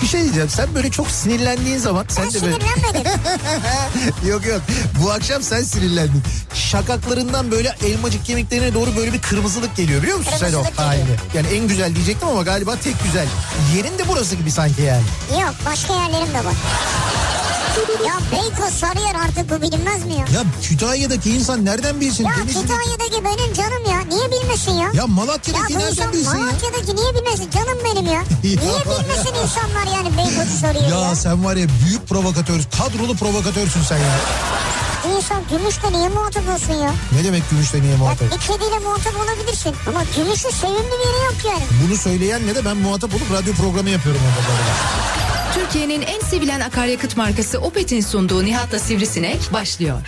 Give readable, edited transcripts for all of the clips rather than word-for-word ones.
şey diyeceğim. Sen böyle çok sinirlendiğin zaman... Ben sen de böyle... sinirlenmedim. Yok. Bu akşam sen sinirlendin. Şakaklarından böyle elmacık kemiklerine doğru böyle bir kırmızılık geliyor, biliyor musun sen o halini? Yani en güzel diyecektim ama galiba tek güzel. Yerin de burası gibi sanki yani. Yok, başka yerlerim de var. Ya Beykoz, Sarıyer, artık bu bilinmez mi ya? Ya Kütahya'daki insan nereden bilsin? Ya Kütahya'daki benim canım ya. Niye bilmesin ya? Ya Malatya'daki nereden bilsin ya? Malatya'daki niye bilmesin? Canım benim ya. Niye bilmesin insanlar yani Beykoz'u Sarıyer'i ya? Ya sen var ya büyük provokatör, kadrolu provokatörsün sen ya. İnsan gümüşle niye muhatap olsun ya? Ne demek gümüşle niye muhatap? Ya bir kediyle muhatap olabilirsin ama gümüşün sevimli bir yeri yok yani. Bunu söyleyen ne de ben muhatap olup radyo programı yapıyorum orada. Türkiye'nin en sevilen akaryakıt markası Opet'in sunduğu Nihat'la Sivrisinek başlıyor.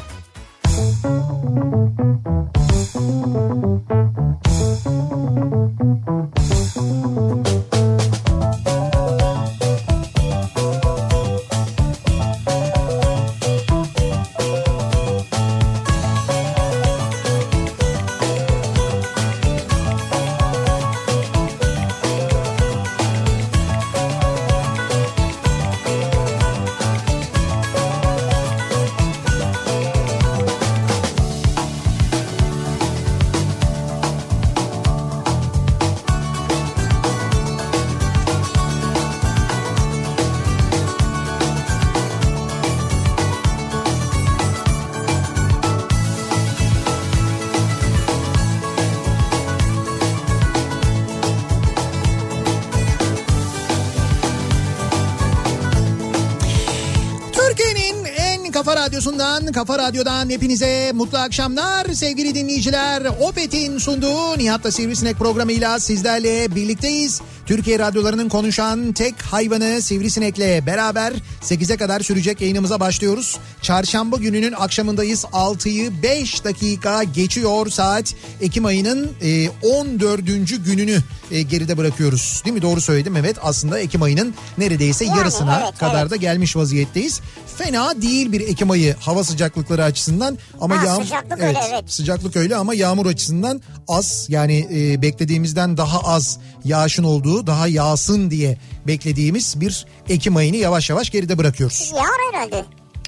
Kafa Radyo'dan hepinize mutlu akşamlar sevgili dinleyiciler. Opet'in sunduğu Nihat'la Sivrisinek programıyla sizlerle birlikteyiz. Türkiye radyolarının konuşan tek hayvanı Sivrisinek'le beraber 8'e kadar sürecek yayınımıza başlıyoruz. Çarşamba gününün akşamındayız. 6'yı 5 dakika geçiyor saat. Ekim ayının 14. gününü geride bırakıyoruz. Değil mi? Doğru söyledim. Evet, aslında Ekim ayının neredeyse yarısına kadar da gelmiş vaziyetteyiz. Fena değil bir Ekim ayı hava sıcaklıkları açısından ama sıcaklık öyle, evet. Sıcaklık öyle ama yağmur açısından az, yani beklediğimizden daha az yağışın olduğu, daha yağsın diye beklediğimiz bir Ekim ayını yavaş yavaş geride bırakıyoruz. Yağar herhalde.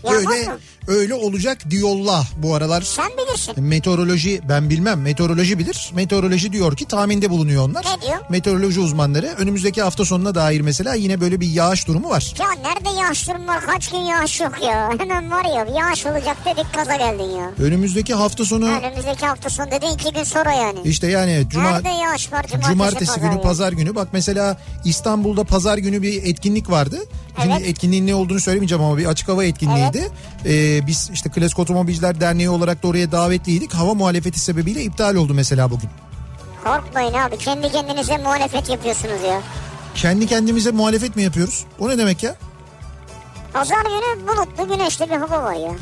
Öyle olacak diyorlar bu aralar. Sen bilirsin. Meteoroloji ben bilmem. Meteoroloji bilir. Meteoroloji diyor ki tahminde bulunuyor onlar. Ne diyor? Meteoroloji uzmanları önümüzdeki hafta sonuna dair mesela yine böyle bir yağış durumu var. Ya nerede yağış durumu var? Kaç gün yağış yok ya. Hemen var ya yağış olacak dedik gaza geldin ya. Önümüzdeki hafta sonu. Önümüzdeki hafta sonu dediğin 2 gün sonra yani. İşte yani nerede yağış var? Cumartesi günü, pazar günü. Bak mesela İstanbul'da pazar günü bir etkinlik vardı. Şimdi etkinliğin ne olduğunu söylemeyeceğim ama bir açık hava etkinliğiydi. Biz işte Klasik Otomobilciler Derneği olarak da oraya davetliydik. Hava muhalefeti sebebiyle iptal oldu mesela bugün. Korkmayın abi, kendi kendinize muhalefet yapıyorsunuz ya. Kendi kendimize muhalefet mi yapıyoruz? O ne demek ya? Pazar günü bulutlu güneşli bir hava var ya.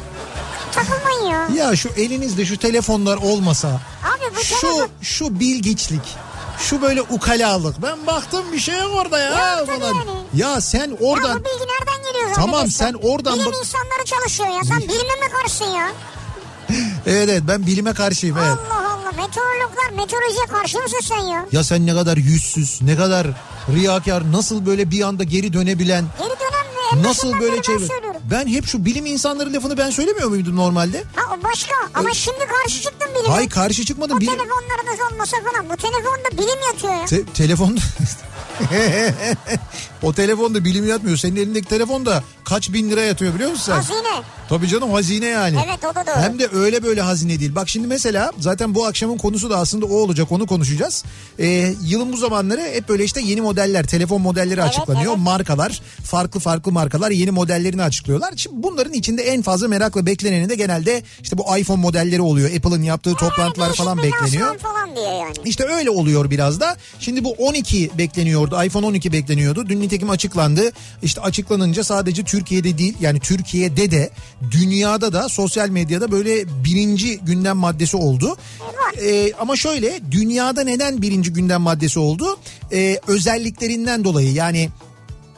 Takılmayın ya. Ya şu elinizde şu telefonlar olmasa. Abi bu telefon... Şu bilgiçlik. Şu böyle ukalalık. Ben baktım bir şey yok orada ya. Ya sen oradan... Ya bu bilgi nereden geliyor? Tamam sen oradan... Bilim insanları çalışıyor ya. Sen bilime mi karşısın ya? Evet ben bilime karşıyım. Evet. Allah Allah, meteorologlar meteorolojiye karşı mısın sen ya? Ya sen ne kadar yüzsüz, ne kadar riyakar, nasıl böyle bir anda geri dönebilen... Geri dönen mi? Nasıl böyle çevir? Ben hep şu bilim insanları lafını ben söylemiyor muydum normalde? Ha o başka ama şimdi karşı çıktın bilime. Hayır karşı çıkmadım. O telefonlarınız olmasa falan, bu telefonda bilim yatıyor ya. Telefonda... O telefonda bilim yatmıyor. Senin elindeki telefon da kaç bin lira yatıyor biliyor musun sen? Hazine. Tabii canım, hazine yani. Evet, o da doğru. Hem de öyle böyle hazine değil. Bak şimdi mesela zaten bu akşamın konusu da aslında o olacak, onu konuşacağız. Yılın bu zamanları hep böyle işte yeni modeller, telefon modelleri açıklanıyor. Evet. Markalar, farklı markalar yeni modellerini açıklıyorlar. Şimdi bunların içinde en fazla merakla bekleneni de genelde işte bu iPhone modelleri oluyor. Apple'ın yaptığı toplantılar falan bekleniyor. Falan diye yani. İşte öyle oluyor biraz da. Şimdi bu 12 bekleniyordu. iPhone 12 bekleniyordu. Dün nitekim açıklandı. İşte açıklanınca sadece Türkiye'de değil, yani Türkiye'de de dünyada da sosyal medyada böyle birinci gündem maddesi oldu. Ama şöyle, dünyada neden birinci gündem maddesi oldu? Özelliklerinden dolayı, yani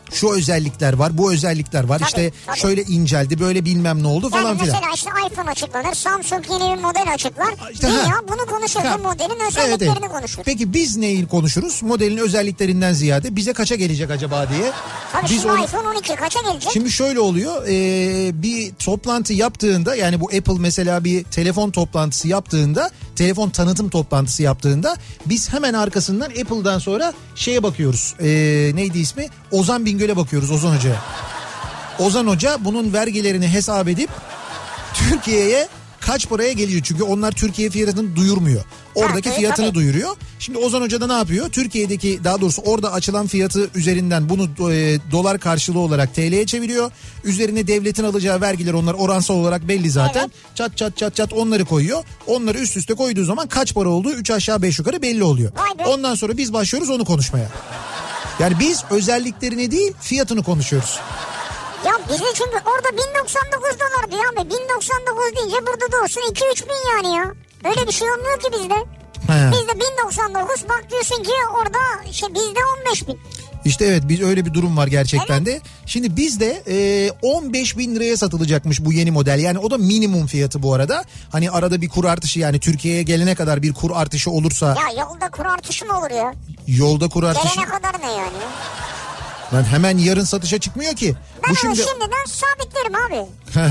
şu özellikler var, bu özellikler var. Tabii, işte tabii. Şöyle inceldi, böyle bilmem ne oldu falan yani filan. mesela işte iPhone açıklanır, Samsung yeni bir model açıklar. İşte, dünya bunu konuşur, bu modelin özelliklerini konuşur. Peki biz neyi konuşuruz? Modelin özelliklerinden ziyade bize kaça gelecek acaba diye. Tabii Biz şimdi iPhone 12 kaça gelecek? Şimdi şöyle oluyor, bir toplantı yaptığında, yani bu Apple mesela bir telefon toplantısı yaptığında, telefon tanıtım toplantısı yaptığında biz hemen arkasından Apple'dan sonra şeye bakıyoruz. Neydi ismi? Ozan Bingöl'e bakıyoruz, Ozan Hoca'ya. Ozan Hoca bunun vergilerini hesap edip Türkiye'ye kaç paraya geliyor? Çünkü onlar Türkiye fiyatını duyurmuyor. Oradaki fiyatını duyuruyor. Şimdi Ozan Hoca da ne yapıyor? Türkiye'deki, daha doğrusu orada açılan fiyatı üzerinden bunu dolar karşılığı olarak TL'ye çeviriyor. Üzerine devletin alacağı vergiler, onlar oransal olarak belli zaten. Evet. Çat onları koyuyor. Onları üst üste koyduğu zaman kaç para olduğu 3 aşağı 5 yukarı belli oluyor. Ondan sonra biz başlıyoruz onu konuşmaya. Yani biz özelliklerini değil, fiyatını konuşuyoruz. Ya bize çünkü orada 1099 dolar diyor abi. 1099 deyince burada doğrusu 2-3 bin yani ya. Öyle bir şey olmuyor ki bizde. He. Bizde 1099, bak diyorsun ki orada bizde 15 bin. İşte evet, biz öyle bir durum var gerçekten de. Şimdi bizde 15 bin liraya satılacakmış bu yeni model. Yani o da minimum fiyatı bu arada. Hani arada bir kur artışı, yani Türkiye'ye gelene kadar bir kur artışı olursa. Ya yolda kur artışı mı olur ya? Yolda kur artışı. Gelene kadar ne yani? Ben hemen yarın satışa çıkmıyor ki. Ben onu şimdiden sabitlerim abi.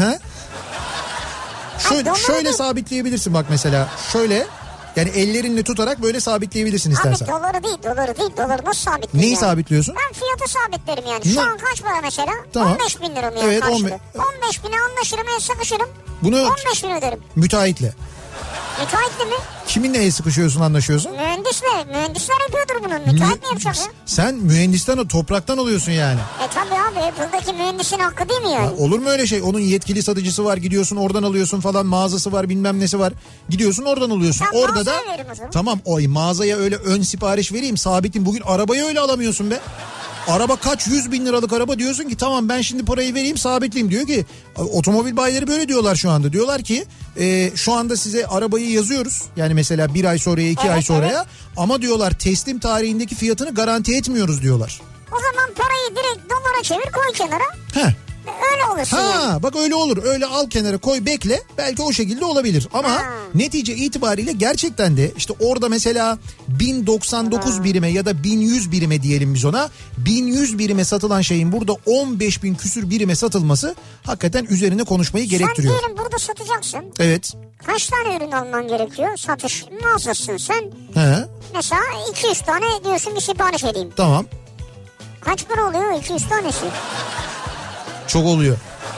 Şöyle sabitleyebilirsin bak mesela. Şöyle, yani ellerinle tutarak böyle sabitleyebilirsin istersen. Abi doları değil. Doları nasıl sabitleyeyim? Neyi yani? sabitliyorsun? Ben fiyatı sabitlerim yani. Şu an kaç para mesela? Tamam. 15 bin lira mı Evet, karşılığı? 15 bine anlaşırım, el sıkışırım. Bunu 15 bin öderim. Müteahhitle. Müteahhitle mi? Kiminle el sıkışıyorsun, anlaşıyorsun? Mühendisle. Mühendisler yapıyordur bunu. Müteahhit mi yapacak ya? Sen mühendisten, topraktan oluyorsun yani. Tabii abi, Apple'daki mühendisin hakkı değil mi yani? Olur mu öyle şey? Onun yetkili satıcısı var, gidiyorsun oradan alıyorsun falan, mağazası var, bilmem nesi var. Gidiyorsun oradan alıyorsun. Ben orada da tamam, o mağazaya öyle ön sipariş vereyim, sabitim. Bugün arabayı öyle alamıyorsun be. Araba kaç 100 bin liralık araba, diyorsun ki tamam ben şimdi parayı vereyim sabitleyeyim. Diyor ki otomobil bayileri böyle diyorlar şu anda. Diyorlar ki şu anda size arabayı yazıyoruz. Yani mesela bir ay sonraya, 2 ay sonraya. Ama diyorlar teslim tarihindeki fiyatını garanti etmiyoruz diyorlar. O zaman parayı direkt dolara çevir, koy kenara. Heh. Öyle olursun yani. Bak öyle olur. Öyle al kenara koy, bekle. Belki o şekilde olabilir. Ama netice itibariyle gerçekten de işte orada mesela 1099 birime ya da 1100 birime diyelim biz ona. 1100 birime satılan şeyin burada 15 bin küsür birime satılması hakikaten üzerine konuşmayı gerektiriyor. Sen diyelim burada satacaksın. Evet. Kaç tane ürün alman gerekiyor? Satış mağazasın sen. He. Mesela 200 tane diyorsun bir sipariş edeyim. Tamam. Kaç para oluyor 200 tanesi? Çok oluyor.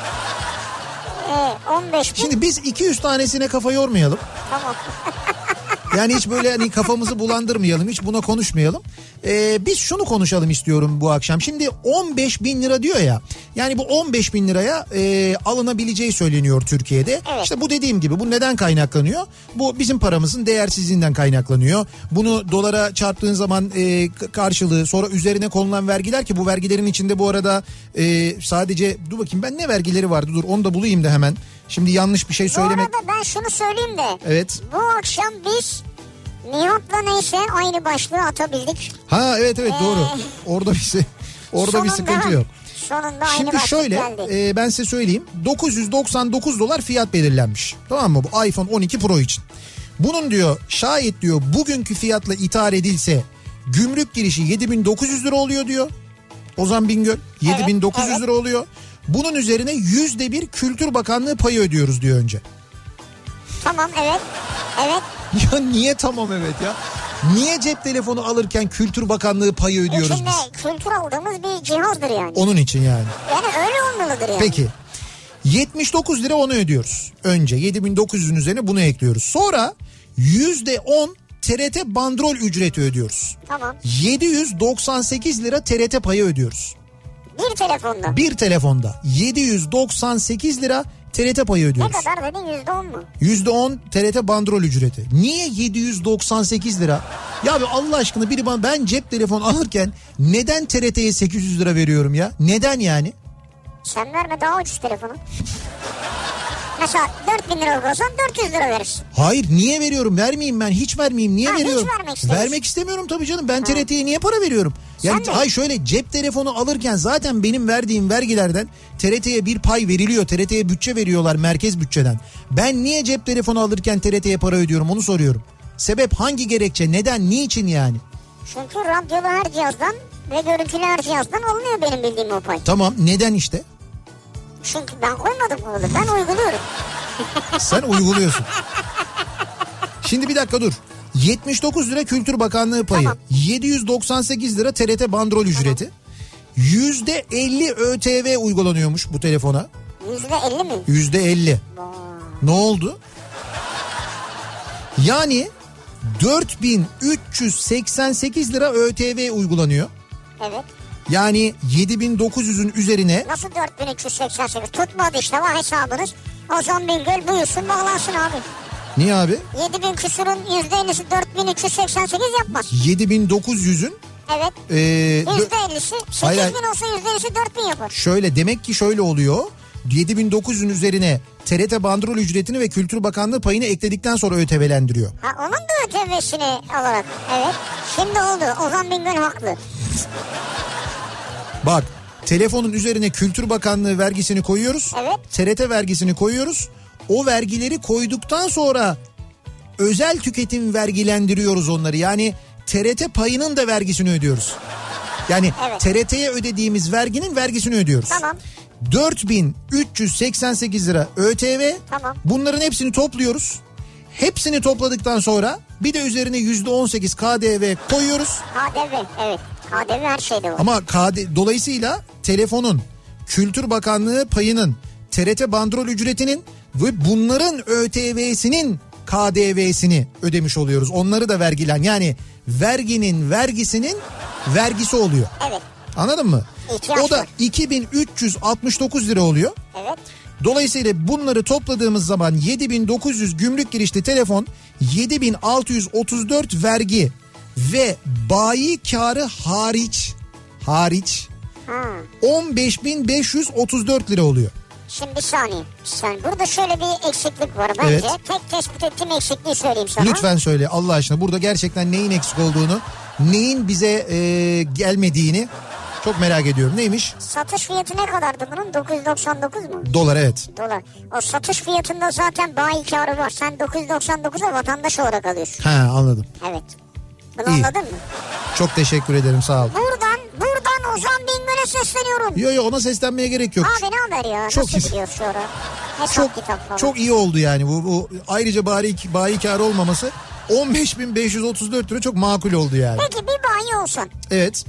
15 bin. Şimdi biz 200 tanesine kafa yormayalım. Tamam. Yani hiç böyle hani kafamızı bulandırmayalım, hiç buna konuşmayalım. Biz şunu konuşalım istiyorum bu akşam. Şimdi 15 bin lira diyor ya. Yani bu 15 bin liraya alınabileceği söyleniyor Türkiye'de. Evet. İşte bu dediğim gibi, bu neden kaynaklanıyor? Bu bizim paramızın değersizliğinden kaynaklanıyor. Bunu dolara çarptığın zaman karşılığı, sonra üzerine konulan vergiler, ki bu vergilerin içinde bu arada sadece, dur bakayım ben ne vergileri vardı, dur onu da bulayım da hemen. Şimdi yanlış bir şey söylemek. Bu arada ben şunu söyleyeyim de. Evet. Bu akşam biz Nihat'la neyse aynı başlığı atabildik. Ha evet doğru. Orada bir sıkıntı yok. Sonunda şimdi aynı şöyle geldi. Ben size söyleyeyim, 999 dolar fiyat belirlenmiş, tamam mı, bu iPhone 12 Pro için. Bunun diyor şayet diyor bugünkü fiyatla ithal edilse gümrük girişi 7900 lira oluyor diyor Ozan Bingöl. 7900 lira oluyor. Bunun üzerine %1 Kültür Bakanlığı payı ödüyoruz diyor önce. Tamam, evet. Ya niye tamam evet ya? Niye cep telefonu alırken Kültür Bakanlığı payı ödüyoruz İçinde biz? kültür aldığımız bir cihazdır yani. Onun için yani. Yani öyle olmalıdır yani. Peki 79 lira onu ödüyoruz. Önce 7900'ün üzerine bunu ekliyoruz. Sonra %10 TRT bandrol ücreti ödüyoruz. Tamam. 798 lira TRT payı ödüyoruz. Bir telefonda. Bir telefonda 798 lira TRT payı ödüyoruz. Ne kadar dedin, %10 mu? %10 TRT bandrol ücreti. Niye 798 lira? Ya abi Allah aşkına biri bana, ben cep telefonu alırken neden TRT'ye 800 lira veriyorum ya? Neden yani? Sen verme, daha ucuz telefonu. Mesela 4000 lira olsan 400 lira verirsin. Hayır, niye veriyorum? Vermeyeyim ben. Hiç vermeyeyim. Niye veriyorum? Hiç vermek istemiyorsun. Vermek istemiyorum tabii canım. Ben TRT'ye niye para veriyorum? Yani Sen şöyle cep telefonu alırken zaten benim verdiğim vergilerden TRT'ye bir pay veriliyor. TRT'ye bütçe veriyorlar merkez bütçeden. Ben niye cep telefonu alırken TRT'ye para ödüyorum onu soruyorum. Sebep hangi gerekçe? Neden? Niçin yani? Çünkü radyolu her cihazdan ve görüntülü her cihazdan alınıyor benim bildiğim o pay. Tamam, neden işte? Çünkü ben koymadım bunu. Ben uyguluyorum. Sen uyguluyorsun. Şimdi bir dakika dur. 79 lira Kültür Bakanlığı payı. Tamam. 798 lira TRT bandrol ücreti. %50 ÖTV uygulanıyormuş bu telefona. %50 mi? %50. Ne oldu? Yani 4388 lira ÖTV uygulanıyor. Evet. Yani 7900'ün üzerine... Nasıl 4388? Tutmadı işte var hesabınız. Ozan Bingöl buyursun bağlansın abi. Niye abi? 7000 küsurun %50'si 4388 yapmaz. 7900'ün... Evet. %50'si 8000 olsa %50'si 4000 yapar. Şöyle demek ki şöyle oluyor. 7900'ün üzerine TRT bandrol ücretini ve Kültür Bakanlığı payını ekledikten sonra ÖTV'lendiriyor. Ha onun da ÖTV'sini alarak. Evet. Şimdi oldu. Ozan Bingöl haklı. Bak, telefonun üzerine Kültür Bakanlığı vergisini koyuyoruz. Evet. TRT vergisini koyuyoruz. O vergileri koyduktan sonra özel tüketim vergilendiriyoruz onları. Yani TRT payının da vergisini ödüyoruz. Yani evet. TRT'ye ödediğimiz verginin vergisini ödüyoruz. Tamam. 4388 lira ÖTV. Tamam. Bunların hepsini topluyoruz. Hepsini topladıktan sonra bir de üzerine %18 KDV koyuyoruz. KDV evet. KDV her şeyde var. Ama dolayısıyla telefonun, Kültür Bakanlığı payının, TRT bandrol ücretinin ve bunların ÖTV'sinin KDV'sini ödemiş oluyoruz. Onları da vergilen, yani verginin vergisinin vergisi oluyor. Evet. Anladın mı? İhtiyaç o da var. 2369 lira oluyor. Evet. Dolayısıyla bunları topladığımız zaman 7900 gümrük girişli telefon, 7634 vergi ve bayi karı hariç 15534 lira oluyor. Şimdi bir saniye. Burada şöyle bir eksiklik var bence. Evet. Tek tespit ettiğim eksikliği söyleyeyim sana. Lütfen söyle Allah aşkına. Burada gerçekten neyin eksik olduğunu, neyin bize gelmediğini çok merak ediyorum. Neymiş? Satış fiyatı ne kadardı bunun? 999 mu? Dolar, evet. Dolar. O satış fiyatında zaten bayi karı var. Sen 999'a vatandaş olarak alıyorsun. Ha, anladım. Evet. Bunu İyi. anladın mı? Çok teşekkür ederim, sağ ol. Buradan Ozan Bingöl'e sesleniyorum. Yo ona seslenmeye gerek yok. Abi ne haber ya? Çok Nasıl iyi. gidiyor sonra? Hesap kitap falan. Çok iyi oldu yani bu ayrıca bayi kârı olmaması 15.534 lira çok makul oldu yani. Peki bir bayi olsan. Evet.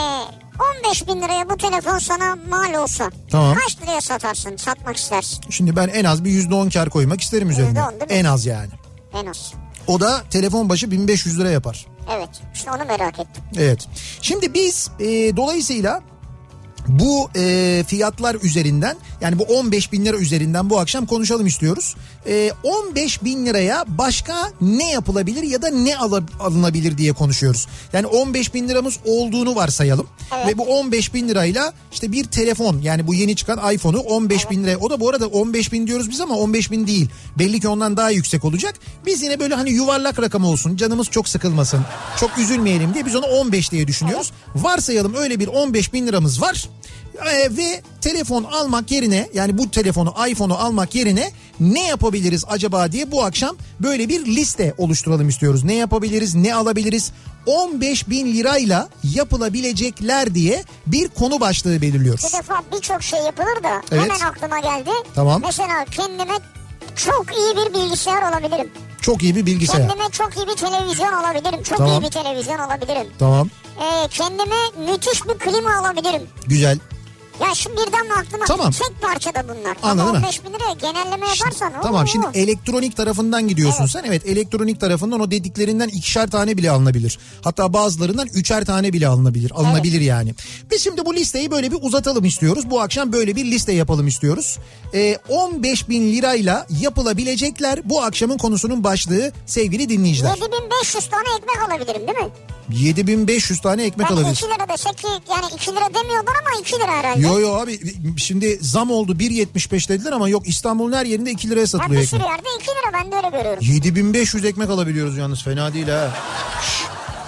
15 bin liraya bu telefon sana mal olsa. Tamam. Kaç liraya satmak istersin? Şimdi ben en az bir %10 kar koymak isterim üzerine. %10 değil mi? En az yani. En az. O da telefon başı 1500 lira yapar. Evet işte onu merak ettim. Evet. Şimdi biz dolayısıyla bu fiyatlar üzerinden, yani bu 15 bin lira üzerinden bu akşam konuşalım istiyoruz. 15 bin liraya başka ne yapılabilir ya da ne alınabilir diye konuşuyoruz. Yani 15 bin liramız olduğunu varsayalım. Evet. Ve bu 15 bin lirayla işte bir telefon, yani bu yeni çıkan iPhone'u 15 bin liraya, o da bu arada 15 bin diyoruz biz ama 15 bin değil. Belli ki ondan daha yüksek olacak. Biz yine böyle hani yuvarlak rakam olsun, canımız çok sıkılmasın, çok üzülmeyelim diye biz onu 15 diye düşünüyoruz. Evet. Varsayalım öyle bir 15 bin liramız var. Ve telefon almak yerine, yani bu telefonu, iPhone'u almak yerine ne yapabiliriz acaba diye bu akşam böyle bir liste oluşturalım istiyoruz. Ne yapabiliriz, ne alabiliriz? 15 bin lirayla yapılabilecekler diye bir konu başlığı belirliyoruz. Bir defa birçok şey yapılır da evet. Hemen aklıma geldi. Tamam. Mesela kendime çok iyi bir bilgisayar alabilirim. Çok iyi bir bilgisayar. Kendime çok iyi bir televizyon alabilirim. Çok tamam. iyi bir televizyon alabilirim. Tamam. Kendime müthiş bir klima alabilirim. Güzel. Ya şu birden mi aklıma? Tamam. Tek parçada bunlar. Anladın ama mı? 15 bin liraya genelleme yaparsan. Tamam şimdi elektronik tarafından gidiyorsun evet. Sen. Evet, elektronik tarafından o dediklerinden 2'şer tane bile alınabilir. Hatta bazılarından 3'er tane bile alınabilir. Alınabilir evet. Yani. Biz şimdi bu listeyi böyle bir uzatalım istiyoruz. Bu akşam böyle bir liste yapalım istiyoruz. 15 bin lirayla yapılabilecekler bu akşamın konusunun başlığı sevgili dinleyiciler. 7500 tane ekmek alabilirim değil mi? 7500 tane ekmek alabilirsin. 2 lira desek ki, yani 2 lira demiyorlar ama 2 lira herhalde. Yo abi şimdi zam oldu 1.75 dediler ama yok, İstanbul'un her yerinde 2 liraya satılıyor ekmek. Bir sürü yerde 2 lira, ben de öyle görüyorum. 7500 ekmek alabiliyoruz yalnız, fena değil ha.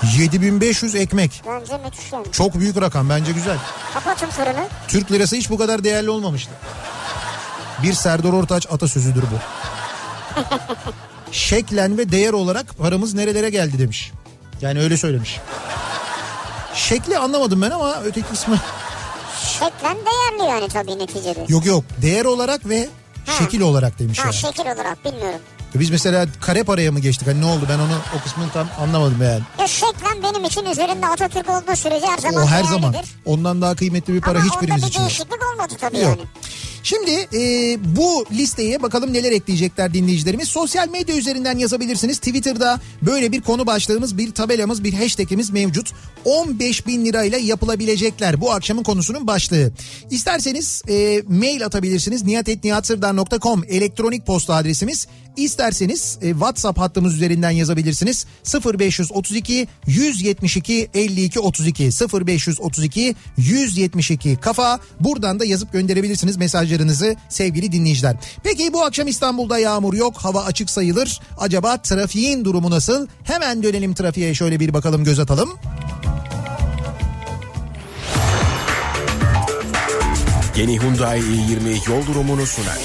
7.500 ekmek. Bence müthiş yani. Çok büyük rakam, bence güzel. Kapatın fırını. Türk lirası hiç bu kadar değerli olmamıştı. Bir Serdar Ortaç atasözüdür bu. Şeklen ve değer olarak paramız nerelere geldi demiş. Yani öyle söylemiş. Şekli anlamadım ben ama öteki kısmı... Şeklen değerli yani tabii neticede. Yok değer olarak ve şekil olarak demiş. Ha yani. şekil olarak bilmiyorum. Biz mesela kare paraya mı geçtik? Hani ne oldu, ben onu o kısmını tam anlamadım yani. Ya şeklen benim için üzerinde Atatürk olduğu sürece her zaman o her değerlidir. zaman. Ondan daha kıymetli bir para ama hiçbirimiz için. Ama onda bir değişiklik olmadı tabii Yok. yani. Şimdi bu listeye bakalım neler ekleyecekler dinleyicilerimiz. Sosyal medya üzerinden yazabilirsiniz. Twitter'da böyle bir konu başlığımız, bir tabelamız, bir hashtagimiz mevcut. 15.000 lirayla yapılabilecekler bu akşamın konusunun başlığı. İsterseniz mail atabilirsiniz. nihat@nihatsırdar.com elektronik posta adresimiz. İsterseniz WhatsApp hattımız üzerinden yazabilirsiniz. 0532 172 52 32 0532 172 kafa. Buradan da yazıp gönderebilirsiniz mesajlarınızı sevgili dinleyiciler. Peki bu akşam İstanbul'da yağmur yok, hava açık sayılır. Acaba trafiğin durumu nasıl? Hemen dönelim trafiğe, şöyle bir bakalım, göz atalım. Yeni Hyundai i20 yol durumunu sunar.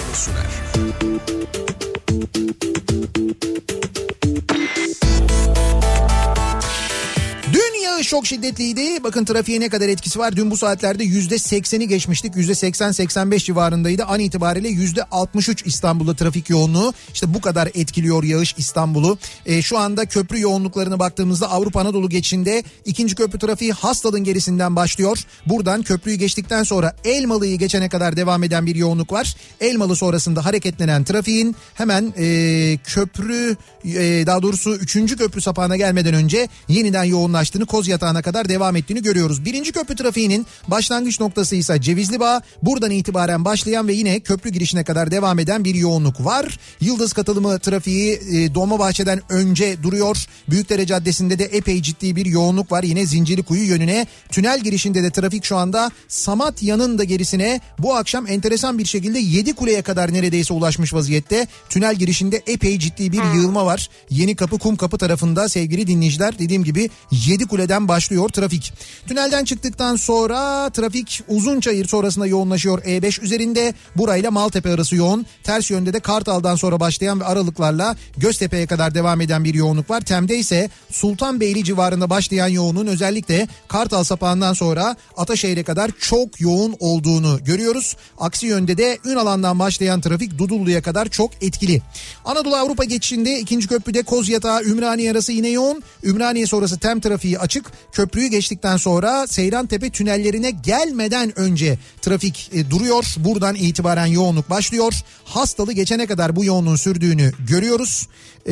Yağış çok şiddetliydi. Bakın trafiğe ne kadar etkisi var. Dün bu saatlerde %80'i geçmiştik. %80-85 civarındaydı. An itibariyle %63 İstanbul'da trafik yoğunluğu. İşte bu kadar etkiliyor yağış İstanbul'u. Şu anda köprü yoğunluklarına baktığımızda Avrupa Anadolu geçişinde ikinci köprü trafiği Hastal'ın gerisinden başlıyor. Buradan köprüyü geçtikten sonra Elmalı'yı geçene kadar devam eden bir yoğunluk var. Elmalı sonrasında hareketlenen trafiğin hemen köprü daha doğrusu 3. köprü sapağına gelmeden önce yeniden yoğunlaştığını, Kozyatağı'na kadar devam ettiğini görüyoruz. 1. köprü trafiğinin başlangıç noktası ise Cevizlibağ. Buradan itibaren başlayan ve yine köprü girişine kadar devam eden bir yoğunluk var. Yıldız katılımı trafiği Dolmabahçe'den önce duruyor. Büyükdere Caddesi'nde de epey ciddi bir yoğunluk var. Yine Zincirlikuyu yönüne. Tünel girişinde de trafik şu anda Samatya'nın da gerisine bu akşam enteresan bir şekilde Yedikule'ye kadar neredeyse ulaşmış vaziyette. Tünel girişinde epey ciddi bir yığılma var. Yenikapı Kumkapı tarafında sevgili dinleyiciler, dediğim gibi Yedikule'den başlıyor trafik. Tünelden çıktıktan sonra trafik Uzunçayır sonrasında yoğunlaşıyor E5 üzerinde. Burayla Maltepe arası yoğun. Ters yönde de Kartal'dan sonra başlayan ve aralıklarla Göztepe'ye kadar devam eden bir yoğunluk var. Tem'de ise Sultanbeyli civarında başlayan yoğunluğun özellikle Kartal sapağından sonra Ataşehir'e kadar çok yoğun olduğunu görüyoruz. Aksi yönde de Ünalan'dan başlayan trafik Dudullu'ya kadar çok etkili. Anadolu Avrupa geçişinde ikinci köprüde Kozyatağı Ümraniye arası yine yoğun. Ümraniye sonrası Tem trafiği açık. Köprüyü geçtikten sonra Seyrantepe tünellerine gelmeden önce trafik duruyor. Buradan itibaren yoğunluk başlıyor. Hastalı geçene kadar bu yoğunluğun sürdüğünü görüyoruz.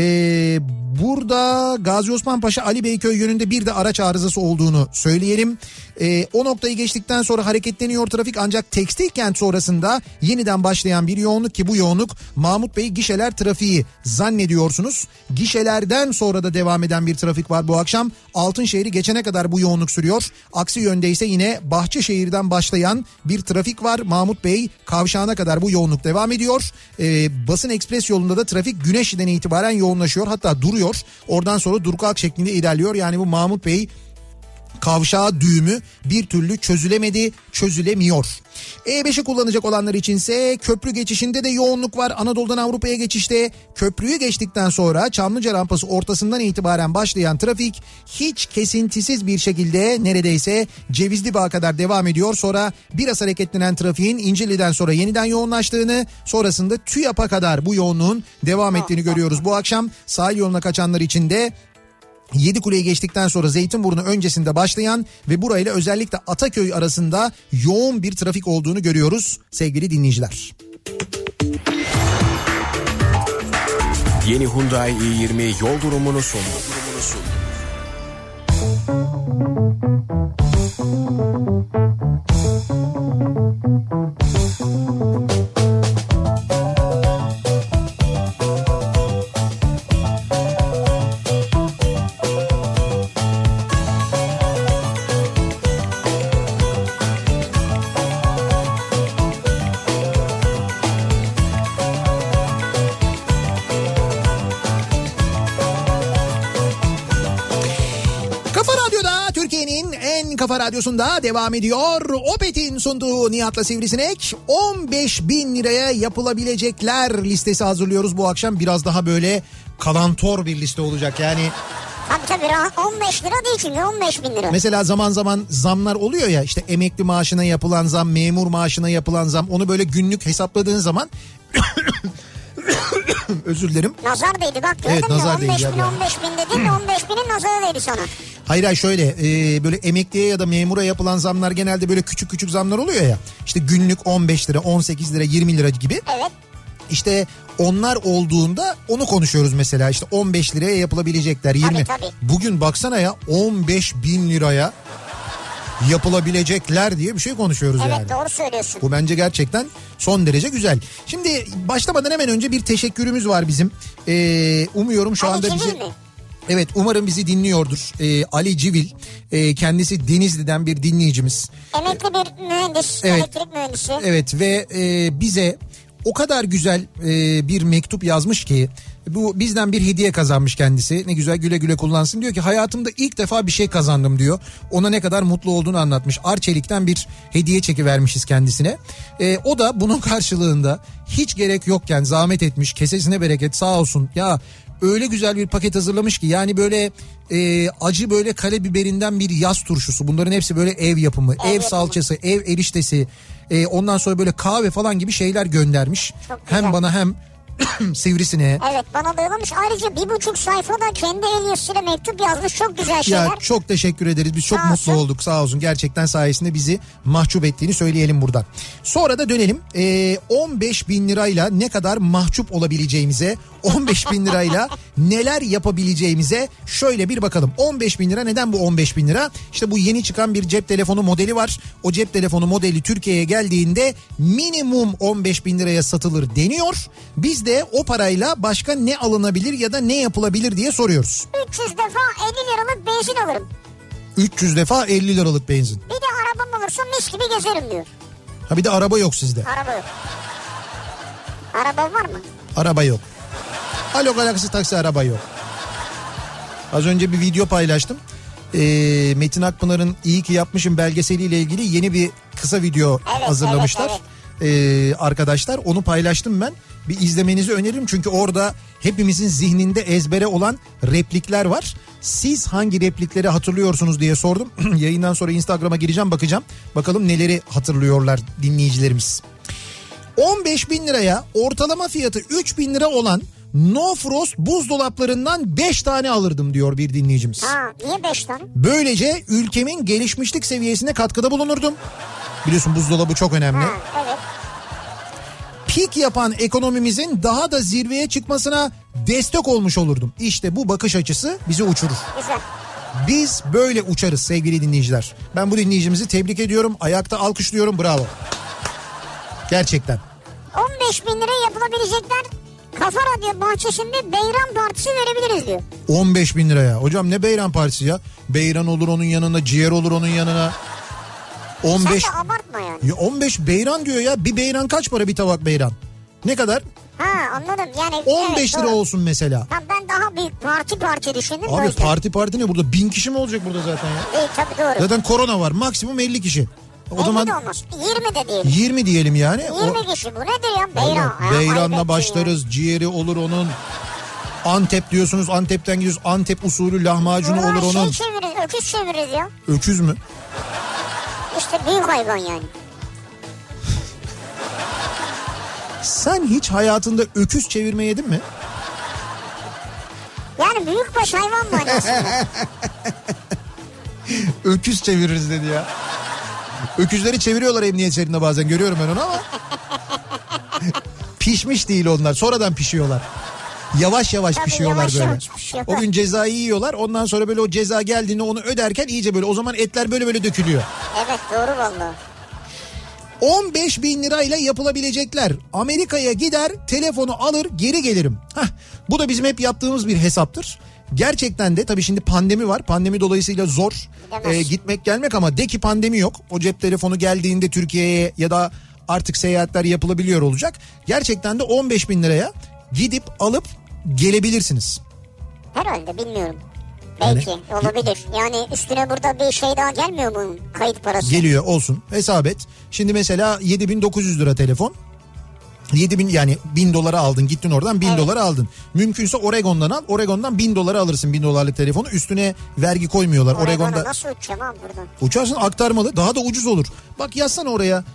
Burada Gazi Osman Paşa Ali Beyköy yönünde bir de araç arızası olduğunu söyleyelim. O noktayı geçtikten sonra hareketleniyor trafik, ancak Tekstil Kent sonrasında yeniden başlayan bir yoğunluk ki bu yoğunluk Mahmut Bey gişeler trafiği zannediyorsunuz. Gişelerden sonra da devam eden bir trafik var bu akşam. Altınşehir'i geçene kadar bu yoğunluk sürüyor. Aksi yönde ise yine Bahçeşehir'den başlayan bir trafik var. Mahmut Bey kavşağına kadar bu yoğunluk devam ediyor. Basın Ekspres yolunda da trafik Güneşli'den itibaren yoğunlaşıyor. Hatta duruyor. Oradan sonra dur kalk şeklinde ilerliyor. Yani bu Mahmut Bey kavşağı düğümü bir türlü çözülemedi, çözülemiyor. E5'i kullanacak olanlar içinse köprü geçişinde de yoğunluk var. Anadolu'dan Avrupa'ya geçişte köprüyü geçtikten sonra Çamlıca rampası ortasından itibaren başlayan trafik hiç kesintisiz bir şekilde neredeyse Cevizlibağ'a kadar devam ediyor. Sonra biraz hareketlenen trafiğin İncirli'den sonra yeniden yoğunlaştığını, sonrasında TÜYAP'a kadar bu yoğunluğun devam ettiğini görüyoruz. Bu akşam sahil yoluna kaçanlar için de Yedikule'yi geçtikten sonra Zeytinburnu öncesinde başlayan ve burayla özellikle Ataköy arasında yoğun bir trafik olduğunu görüyoruz sevgili dinleyiciler. Yeni Hyundai i20 yol durumunu sundu. Kafa Radyosu'nda devam ediyor. Opet'in sunduğu Nihat'la Sivrisinek 15.000 liraya yapılabilecekler listesi hazırlıyoruz bu akşam. Biraz daha böyle kalantor bir liste olacak yani. Tabii 15 lira değil çünkü 15.000 lira. Mesela zaman zaman zamlar oluyor ya, işte emekli maaşına yapılan zam, memur maaşına yapılan zam, onu böyle günlük hesapladığın zaman özür dilerim. Nazar değdi bak, gördün evet, mü? nazar 15.000 değdi 15.000 dedin de 15.000'in nazarı değdi sana. Hayır şöyle böyle emekliye ya da memura yapılan zamlar genelde böyle küçük küçük zamlar oluyor ya. İşte günlük 15 lira, 18 lira, 20 lira gibi. Evet. İşte onlar olduğunda onu konuşuyoruz mesela, işte 15 liraya yapılabilecekler 20. Tabii. Bugün baksana ya 15.000 liraya yapılabilecekler diye bir şey konuşuyoruz evet, yani. Evet, doğru söylüyorsun. Bu bence gerçekten son derece güzel. Şimdi başlamadan hemen önce bir teşekkürümüz var bizim. Umuyorum şu anda bizi... mi? Evet, umarım bizi dinliyordur. Ali Civil, kendisi Denizli'den bir dinleyicimiz. Emekli bir mühendis, evet, elektrik mühendisi. Evet ve bize o kadar güzel bir mektup yazmış ki, bu bizden bir hediye kazanmış kendisi. Ne güzel, güle güle kullansın. Diyor ki hayatımda ilk defa bir şey kazandım diyor. Ona ne kadar mutlu olduğunu anlatmış. Arçelik'ten bir hediye çekivermişiz kendisine. O da bunun karşılığında hiç gerek yokken zahmet etmiş. Kesesine bereket, sağ olsun. Ya öyle güzel bir paket hazırlamış ki yani böyle acı böyle kale biberinden bir yaz turşusu. Bunların hepsi böyle ev yapımı, ev salçası, ev eriştesi. Ondan sonra böyle kahve falan gibi şeyler göndermiş. Hem bana hem Sivrisineğe. Evet, bana da yollamış. Ayrıca 1,5 sayfada kendi el yazısıyla mektup yazmış. Çok güzel şeyler. Ya çok teşekkür ederiz. Biz çok mutlu olduk, sağ olsun. Gerçekten sayesinde bizi mahcup ettiğini söyleyelim buradan. Sonra da dönelim 15.000 lirayla ne kadar mahcup olabileceğimize, 15.000 lirayla neler yapabileceğimize şöyle bir bakalım. 15.000 lira, neden bu 15.000 lira? İşte bu yeni çıkan bir cep telefonu modeli var. O cep telefonu modeli Türkiye'ye geldiğinde minimum 15.000 liraya satılır deniyor. Biz de o parayla başka ne alınabilir ya da ne yapılabilir diye soruyoruz. 300 defa 50 liralık benzin alırım. 300 defa 50 liralık benzin. Bir de arabam olursa mis gibi gezerim diyor. Ha bir de araba yok sizde. Araba yok. Araba var mı? Araba yok. Alo Galaxy taksi, araba yok. Az önce bir video paylaştım. Metin Akpınar'ın İyi ki Yapmışım belgeseliyle ilgili yeni bir kısa video hazırlamışlar. Evet. Arkadaşlar onu paylaştım ben. Bir izlemenizi öneririm çünkü orada hepimizin zihninde ezbere olan replikler var. Siz hangi replikleri hatırlıyorsunuz diye sordum. Yayından sonra Instagram'a gireceğim, bakacağım. Bakalım neleri hatırlıyorlar dinleyicilerimiz. 15.000 liraya ortalama fiyatı 3.000 lira olan No Frost buzdolaplarından 5 tane alırdım diyor bir dinleyicimiz. Ha, niye 5 tane? Böylece ülkemin gelişmişlik seviyesine katkıda bulunurdum. Biliyorsun buzdolabı çok önemli. Ha, evet. Pik yapan ekonomimizin daha da zirveye çıkmasına destek olmuş olurdum. İşte bu bakış açısı bizi uçurur. Güzel. Biz böyle uçarız sevgili dinleyiciler. Ben bu dinleyicimizi tebrik ediyorum. Ayakta alkışlıyorum, bravo. Gerçekten. 15.000 liraya yapılabilecekler, Kafa Radyo bahçesinde beyran partisi verebiliriz diyor. 15.000 liraya. Hocam ne beyran partisi ya? Beyran olur onun yanına, ciğer olur onun yanına. 15. Sen de abartma yani. Ya 15 beyran diyor ya. Bir beyran kaç para, bir tabak beyran? Ne kadar? Ha, anladım yani. 15 lira olsun mesela. Tamam, ben daha büyük parti düşündüm. Abi parti ne burada? 1000 kişi mi olacak burada zaten ya? İyi, tabii doğru. Zaten korona var. Maksimum 50 kişi. O 50 zaman de olmaz. 20 de diyelim. 20 diyelim yani. 20 kişi, bu nedir ya? Beyran. Beyranla başlarız. Ciğeri olur onun. Antep diyorsunuz. Antep'ten gidiyoruz. Antep usulü lahmacunu olur onun. Öküz çeviririz ya. Öküz mü? İşte büyük hayvan yani. Sen hiç hayatında öküz çevirme yedin mi? Yani büyükbaş hayvan mı aslında? Öküz çeviririz dedi ya. Öküzleri çeviriyorlar emniyet şeridinde bazen, görüyorum ben onu ama. Pişmiş değil onlar, sonradan pişiyorlar. Yavaş yavaş tabii pişiyorlar yavaş böyle. Yavaş pişiyorlar. O gün cezayı yiyorlar, ondan sonra böyle o ceza geldiğinde onu öderken iyice böyle, o zaman etler böyle dökülüyor. Evet, doğru vallahi. 15.000 lirayla yapılabilecekler. Amerika'ya gider, telefonu alır, geri gelirim. Bu da bizim hep yaptığımız bir hesaptır. Gerçekten de tabii şimdi pandemi var. Pandemi dolayısıyla zor gitmek gelmek, ama de ki pandemi yok. O cep telefonu geldiğinde Türkiye'ye ya da artık seyahatler yapılabiliyor olacak. Gerçekten de 15.000 liraya gidip alıp gelebilirsiniz. Herhalde, bilmiyorum. Belki olabilir. Yani üstüne burada bir şey daha gelmiyor mu, kayıt parası? Geliyor, olsun, hesap et. Şimdi mesela 7.900 lira telefon. 7.000 yani $1.000 aldın, gittin oradan $1.000 aldın. Mümkünse Oregon'dan al. Oregon'dan $1.000 alırsın, $1.000'lık telefonu. Üstüne vergi koymuyorlar. Oregon'da nasıl uçacağım abi buradan? Uçarsın, aktarmalı, daha da ucuz olur. Bak yazsana oraya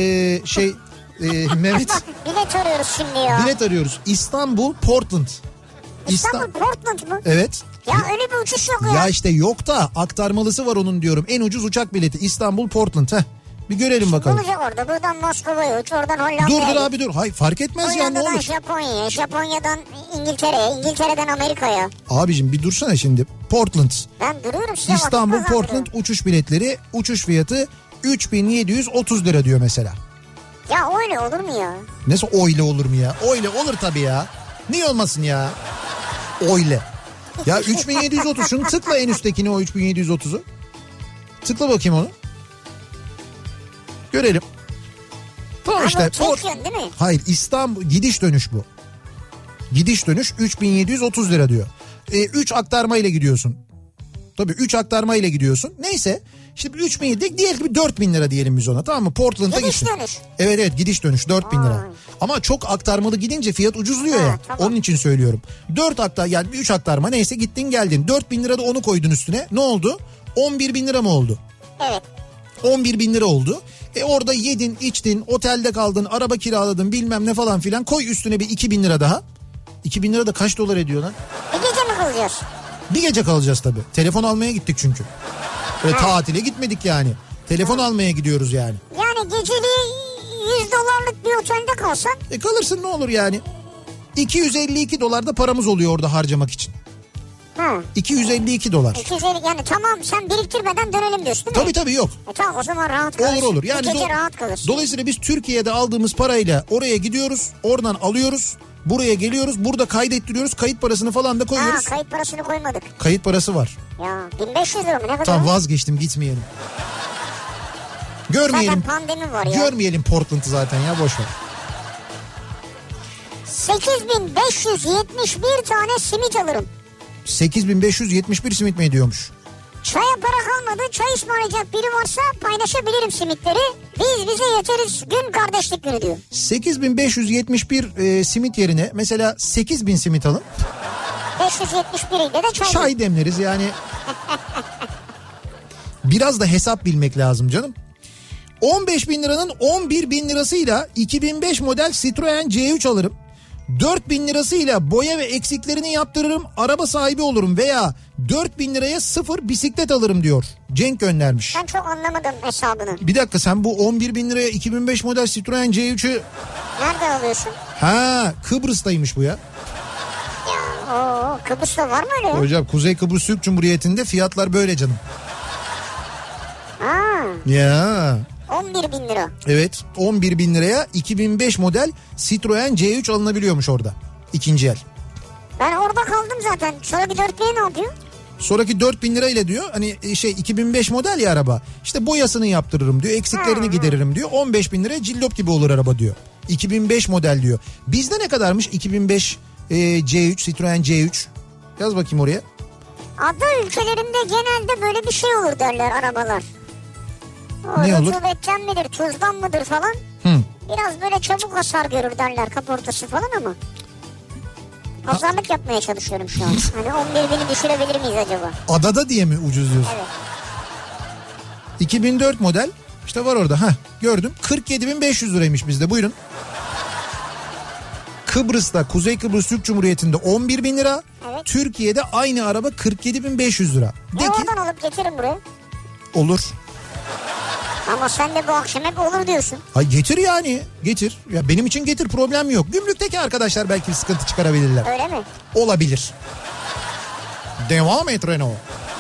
Mehmet. Bilet arıyoruz şimdi ya. Bilet arıyoruz. İstanbul Portland. İstanbul Portland mı? Evet. Ya öyle bir uçuş yok ya. Ya işte yok da aktarmalısı var onun diyorum. En ucuz uçak bileti İstanbul Portland. Bir görelim bakalım. Ne olacak orada? Buradan Moskova'ya uç, oradan Hollanda'ya. Dur abi dur. Hayır, fark etmez ya, ne olur. Japonya'ya, Japonya'dan İngiltere'ye, İngiltere'den Amerika'ya. Abicim bir dursana şimdi. Portland. Ben duruyorum size. İstanbul Portland uçuş biletleri, uçuş fiyatı 3.730 lira diyor mesela. Ya öyle olur mu ya? Nasıl öyle olur mu ya? Öyle olur tabii ya. Niye olmasın ya? Öyle. Ya 3.730, şunu tıkla en üsttekini, o 3.730'u. Tıkla bakayım onu. Görelim. Tamam ama işte. değil mi? Hayır, İstanbul gidiş dönüş bu. Gidiş dönüş 3.730 lira diyor. 3 aktarma ile gidiyorsun. Tabii 3 aktarma ile gidiyorsun. Neyse. Şimdi 3.700, diyelim ki 4.000 lira diyelim biz ona, tamam mı? Portland'a gidiş gittin. Dönüş. Evet gidiş dönüş 4.000 lira. Ama çok aktarmalı gidince fiyat ucuzluyor ya. Tamam. Onun için söylüyorum. 3 aktarma neyse, gittin geldin. 4.000 lira da onu koydun üstüne. Ne oldu? 11.000 lira mı oldu? Evet. 11.000 lira oldu. Orada yedin, içtin, otelde kaldın, araba kiraladın, bilmem ne falan filan. Koy üstüne bir 2.000 lira daha. 2.000 lira da kaç dolar ediyor lan? Bir gece mi kalacağız? Bir gece kalacağız tabii. Telefon almaya gittik çünkü. Tatile gitmedik yani. Telefon almaya gidiyoruz yani. Yani geceliği $100 bir otelde kalsan. Kalırsın, ne olur yani. $252 da paramız oluyor orada harcamak için. $252. 250, yani tamam, sen biriktirmeden dönelim diyorsun değil mi? Tabii yok. Tamam, o zaman rahat kalırsın. Olur. Yani bir gece rahat kalırsın. Dolayısıyla biz Türkiye'de aldığımız parayla oraya gidiyoruz. Oradan alıyoruz. Buraya geliyoruz. Burada kaydettiriyoruz. Kayıt parasını falan da koyuyoruz. Kayıt parasını koymadık. Kayıt parası var. Ya 1.500 lira mı, ne kadar? Tamam, vazgeçtim, gitmeyelim. Görmeyelim. Zaten pandemi var ya. Görmeyelim Portland'ı zaten ya, boşver. 8.571 tane simit alırım. 8.571 simit mi ediyormuş? Çaya para kalmadı, çay ısmarlayacak biri varsa paylaşabilirim simitleri. Biz bize yeteriz, gün kardeşlik günü diyor. 8.571 simit yerine mesela 8.000 simit alın. 571 ile de çay demleriz yani. Biraz da hesap bilmek lazım canım. 15.000 liranın 11.000 lirasıyla 2005 model Citroen C3 alırım. 4.000 lirasıyla boya ve eksiklerini yaptırırım, araba sahibi olurum veya 4.000 liraya 0 bisiklet alırım diyor. Cenk göndermiş. Ben çok anlamadım hesabını. Bir dakika, sen bu 11.000 liraya 2005 model Citroen C3'ü... Nereden alıyorsun? Kıbrıs'taymış bu ya. Kıbrıs'ta var mı öyle ya? Hocam Kuzey Kıbrıs Türk Cumhuriyeti'nde fiyatlar böyle canım. Ya. 11.000 lira. Evet, 11.000 liraya 2005 model Citroen C3 alınabiliyormuş orada. İkinci el. Ben orada kaldım zaten. Sonraki 4.000 ne yapıyor? Sonraki 4.000 lirayla diyor, hani 2005 model ya araba. İşte boyasını yaptırırım diyor, eksiklerini gideririm diyor. 15.000 liraya cillop gibi olur araba diyor. 2005 model diyor. Bizde ne kadarmış 2005 C3, Citroen C3? Yaz bakayım oraya. Ada ülkelerinde genelde böyle bir şey olur derler arabalar. Ne olur? Rutubetten midir, tuzdan mıdır falan. Biraz böyle çabuk hasar görür derler, kaportası falan ama. Pazarlık yapmaya çalışıyorum şu an. Hani 11.000'i düşürebilir miyiz acaba? Adada diye mi ucuz diyorsun? Evet. 2004 model işte var orada. Gördüm. 47.500 liraymış bizde, buyurun. Kıbrıs'ta, Kuzey Kıbrıs Türk Cumhuriyeti'nde 11.000 lira. Evet. Türkiye'de aynı araba 47.500 lira. Oradan alıp getirin buraya. Olur. Ama sen de bu akşam hep olur diyorsun. Getir yani, getir. Ya benim için getir, problem yok. Gümrükteki arkadaşlar belki bir sıkıntı çıkarabilirler. Öyle mi? Olabilir. Devam et Renault.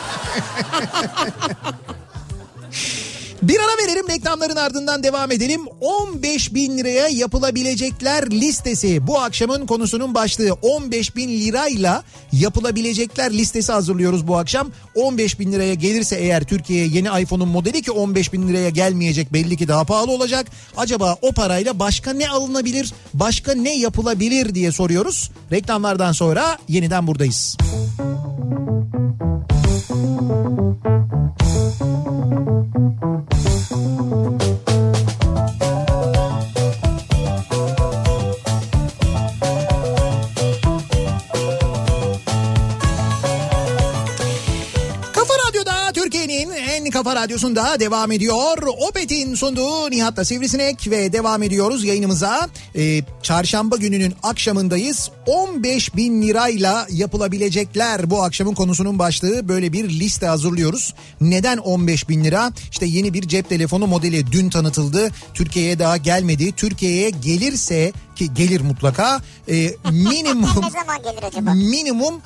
Bir ara verelim, reklamların ardından devam edelim. 15.000 liraya yapılabilecekler listesi bu akşamın konusunun başlığı. 15.000 lirayla yapılabilecekler listesi hazırlıyoruz bu akşam. 15.000 liraya gelirse eğer Türkiye'ye yeni iPhone'un modeli, ki 15.000 liraya gelmeyecek, belli ki daha pahalı olacak. Acaba o parayla başka ne alınabilir, başka ne yapılabilir diye soruyoruz. Reklamlardan sonra yeniden buradayız. Kafa Radyosu'nda devam ediyor. Opet'in sunduğu Nihat'la Sivrisinek ve devam ediyoruz yayınımıza. Çarşamba gününün akşamındayız. 15.000 lirayla yapılabilecekler bu akşamın konusunun başlığı. Böyle bir liste hazırlıyoruz. Neden 15.000 lira? İşte yeni bir cep telefonu modeli dün tanıtıldı. Türkiye'ye daha gelmedi. Türkiye'ye gelirse, ki gelir mutlaka, minimum ne zaman gelir acaba? Minimum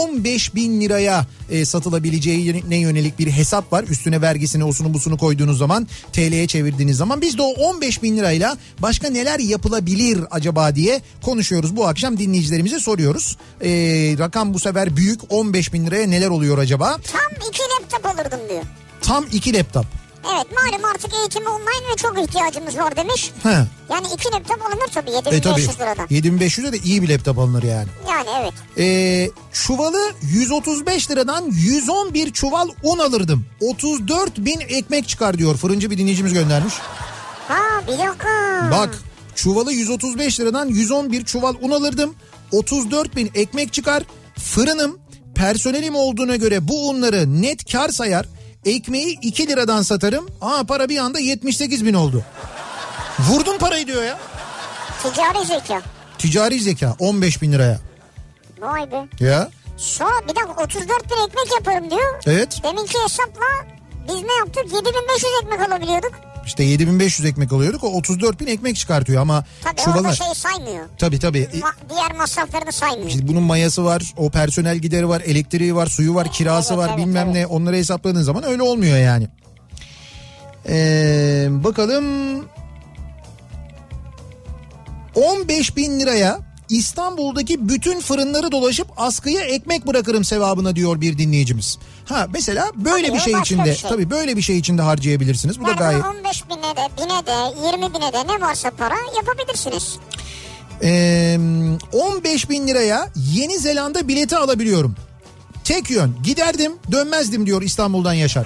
15.000 liraya satılabileceğine yönelik bir hesap var. Üstüne vergisini, osunu busunu koyduğunuz zaman, TL'ye çevirdiğiniz zaman biz de o 15.000 lirayla başka neler yapılabilir acaba diye konuşuyoruz. Bu akşam dinleyicilerimize soruyoruz. Rakam bu sefer büyük. 15.000 liraya neler oluyor acaba? Tam 2 laptop alırdım diyor. Tam 2 laptop. Evet, malum artık eğitime online ve çok ihtiyacımız var demiş. He. Yani 2 laptop alınır tabii 7.500 liradan. 7.500'e de iyi bir laptop alınır yani. Yani evet. Çuvalı 135 liradan 111 çuval un alırdım. 34.000 ekmek çıkar diyor. Fırıncı bir dinleyicimiz göndermiş. Ha, bir dakika. Bak, çuvalı 135 liradan 111 çuval un alırdım. 34.000 ekmek çıkar. Fırınım, personelim olduğuna göre bu unları net kar sayar. Ekmeği 2 liradan satarım. Para bir anda 78.000 oldu. Vurdum parayı diyor ya. Ticari zeka. Ticari zeka 15.000 liraya. Vay be. Ya. Sonra bir dakika 34.000 ekmek yaparım diyor. Evet. Deminki hesapla biz ne yaptık? 7.500 ekmek alabiliyorduk. İşte 7.500 ekmek alıyorduk. O 34.000 ekmek çıkartıyor ama tabii çuvala... orada şey saymıyor. Tabii. Diğer masraflarını saymıyor. İşte bunun mayası var, o personel gideri var, elektriği var, suyu var, kirası var, bilmem ne. Onları hesapladığın zaman öyle olmuyor yani. Bakalım. 15.000 liraya İstanbul'daki bütün fırınları dolaşıp askıya ekmek bırakırım sevabına diyor bir dinleyicimiz. Mesela böyle bir şey içinde, tabii böyle bir şey içinde harcayabilirsiniz. Bu da gayet. 15.000'e de, 1000'e de, 20.000'e de ne varsa para yapabilirsiniz. 15.000 liraya Yeni Zelanda bileti alabiliyorum. Tek yön, giderdim dönmezdim diyor İstanbul'dan Yaşar.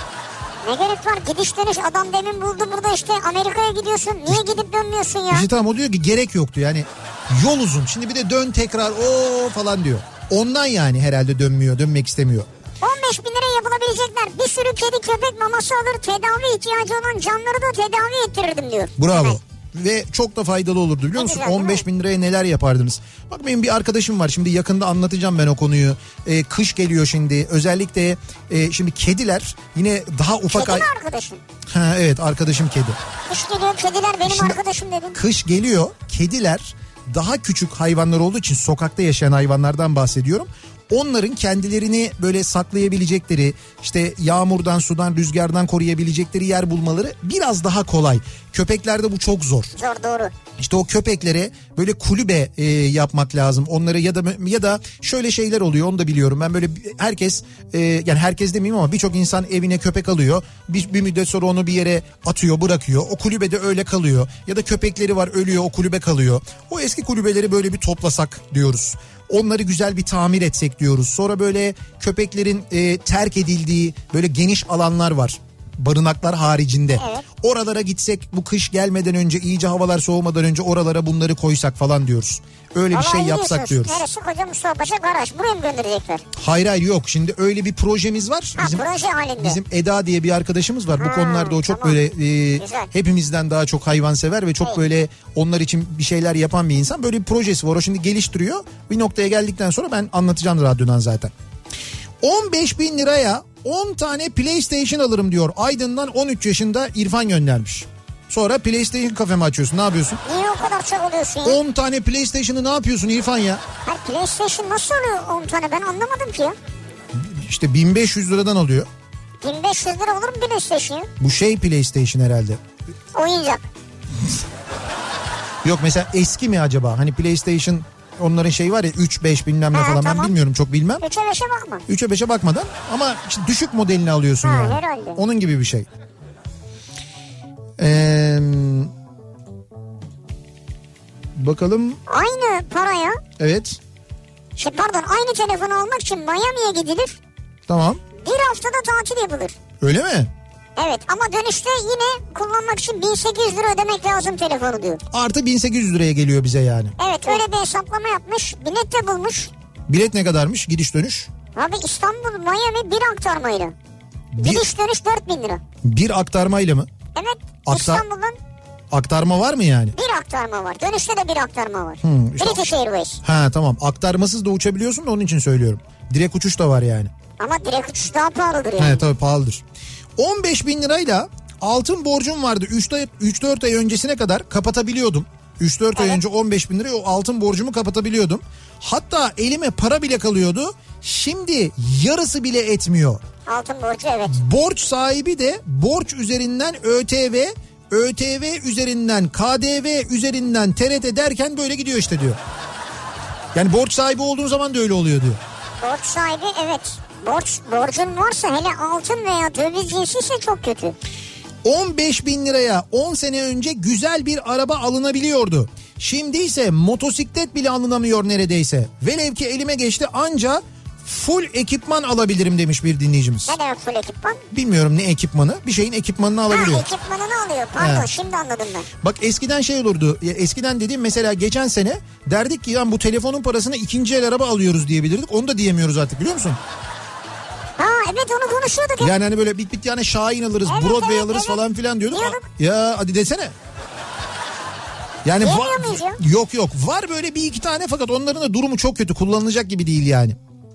Ne gerek var, gidiş dönüş, adam demin buldu burada işte Amerika'ya gidiyorsun, niye gidip dönmüyorsun ya? İşte tamam, o diyor ki gerek yoktu yani, yol uzun, şimdi bir de dön tekrar falan diyor. Ondan yani herhalde dönmek istemiyor. 15.000 liraya yapılabilecekler, bir sürü kedi köpek maması alır, tedavi ihtiyacı olan canları da tedavi ettirirdim diyor. Bravo. Evet. Ve çok da faydalı olurdu biliyor musun? 15.000 liraya neler yapardınız? Bak, benim bir arkadaşım var, şimdi yakında anlatacağım ben o konuyu. Kış geliyor şimdi, özellikle şimdi kediler yine daha ufak... Kedi mi arkadaşın? Ha, evet, arkadaşım kedi. Kış geliyor, kediler benim şimdi, arkadaşım dedim. Kış geliyor, kediler daha küçük hayvanlar olduğu için, sokakta yaşayan hayvanlardan bahsediyorum. Onların kendilerini böyle saklayabilecekleri, işte yağmurdan, sudan, rüzgardan koruyabilecekleri yer bulmaları biraz daha kolay. Köpeklerde bu çok zor. Zor, doğru. İşte o köpeklere böyle kulübe yapmak lazım. Onları ya da şöyle şeyler oluyor, onu da biliyorum. Ben böyle herkes yani herkes demeyeyim ama birçok insan evine köpek alıyor. Bir müddet sonra onu bir yere atıyor, bırakıyor. O kulübede öyle kalıyor. Ya da köpekleri var, ölüyor, o kulübe kalıyor. O eski kulübeleri böyle bir toplasak diyoruz. Onları güzel bir tamir etsek diyoruz. Sonra böyle köpeklerin terk edildiği böyle geniş alanlar var. Barınaklar haricinde. Evet. Oralara gitsek, bu kış gelmeden önce, iyice havalar soğumadan önce oralara bunları koysak falan diyoruz. Öyle bir şey yapsak diyoruz. Neresi Koca Mustafa Paşa garaj? Buraya mı gönderecekler? Hayır yok. Şimdi öyle bir projemiz var. Proje halinde. Bizim Eda diye bir arkadaşımız var. Bu konularda o çok böyle hepimizden daha çok hayvansever ve çok böyle onlar için bir şeyler yapan bir insan. Böyle bir projesi var. O şimdi geliştiriyor. Bir noktaya geldikten sonra ben anlatacağım radyodan zaten. 15.000 liraya 10 tane PlayStation alırım diyor. Aydın'dan 13 yaşında İrfan göndermiş. Sonra PlayStation kafemi açıyorsun. Ne yapıyorsun? Niye o kadar çok alıyorsun ya? 10 tane PlayStation'ı ne yapıyorsun İrfan ya? Hayır, PlayStation nasıl oluyor 10 tane, ben anlamadım ki ya. İşte 1500 liradan alıyor. 1500 lira olur mu PlayStation? Bu PlayStation herhalde. Oyuncak. Yok, mesela eski mi acaba? Hani PlayStation, onların şey var ya 3-5 bilmem ne falan, tamam. Ben bilmiyorum, çok bilmem. 3'e 5'e bakma. 3'e 5'e bakmadan ama işte düşük modelini alıyorsun yani. Herhalde. Onun gibi bir şey. Bakalım. Aynı paraya. Evet. Aynı telefonu almak için Miami'ye gidilir. Tamam. Bir haftada tatil yapılır. Öyle mi? Evet ama dönüşte yine kullanmak için 1800 lira ödemek lazım telefonu diyor. Artı 1800 liraya geliyor bize yani. Evet öyle bir hesaplama yapmış. Bilet de bulmuş. Bilet ne kadarmış gidiş dönüş? Abi İstanbul Miami bir aktarmayla. Gidiş dönüş 4000 lira. Bir aktarmayla mı? Evet İstanbul'dan. Aktarma var mı yani? Bir aktarma var. Dönüşte de bir aktarma var. İşte... British Airways. Ha tamam, aktarmasız da uçabiliyorsun da onun için söylüyorum. Direkt uçuş da var yani. Ama direkt uçuş daha pahalıdır yani. Evet tabii pahalıdır. 15.000 lirayla altın borcum vardı. 3-4 ay öncesine kadar kapatabiliyordum. 3-4 ay önce 15.000 liraya o altın borcumu kapatabiliyordum. Hatta elime para bile kalıyordu. Şimdi yarısı bile etmiyor. Altın borcu evet. Borç sahibi de borç üzerinden ÖTV üzerinden KDV üzerinden TRT derken böyle gidiyor işte diyor. Yani borç sahibi olduğun zaman da öyle oluyor diyor. Borç sahibi evet. Borcun varsa hele altın veya döviz cinsiyse çok kötü. 15.000 liraya 10 sene önce güzel bir araba alınabiliyordu. Şimdi ise motosiklet bile alınamıyor neredeyse. Velev ki elime geçti, anca full ekipman alabilirim demiş bir dinleyicimiz. Ne demek full ekipman? Bilmiyorum ne ekipmanı. Bir şeyin ekipmanını alabiliyor. Ha ekipmanını alıyor pardon şimdi anladım ben. Bak eskiden şey olurdu. Eskiden dediğim mesela geçen sene derdik ki ya bu telefonun parasını ikinci el araba alıyoruz diyebilirdik. Onu da diyemiyoruz artık, biliyor musun? Ha evet onu konuşuyorduk. Yani hani böyle bir tane Şahin alırız, evet, Broadway alırız falan filan diyorduk. Ya hadi desene. Yani yok var böyle bir iki tane, fakat onların da durumu çok kötü, kullanılacak gibi değil yani.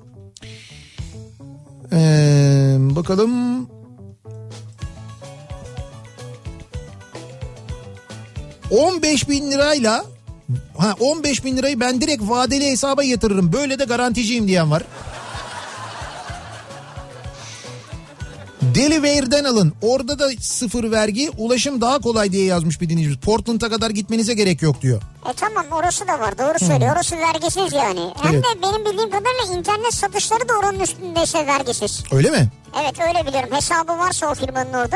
Bakalım. 15.000 lirayla 15.000 lirayı ben direkt vadeli hesaba yatırırım. Böyle de garanticiyim diyen var. Delaware'den alın. Orada da sıfır vergi, ulaşım daha kolay diye yazmış bir dinleyicimiz. Portland'a kadar gitmenize gerek yok diyor. Tamam orası da var, doğru söylüyor. Orası vergisiz yani. Hem de benim bildiğim kadarıyla internet satışları da oranın üstündeyse vergisiz. Öyle mi? Evet öyle biliyorum. Hesabı varsa o firmanın orada.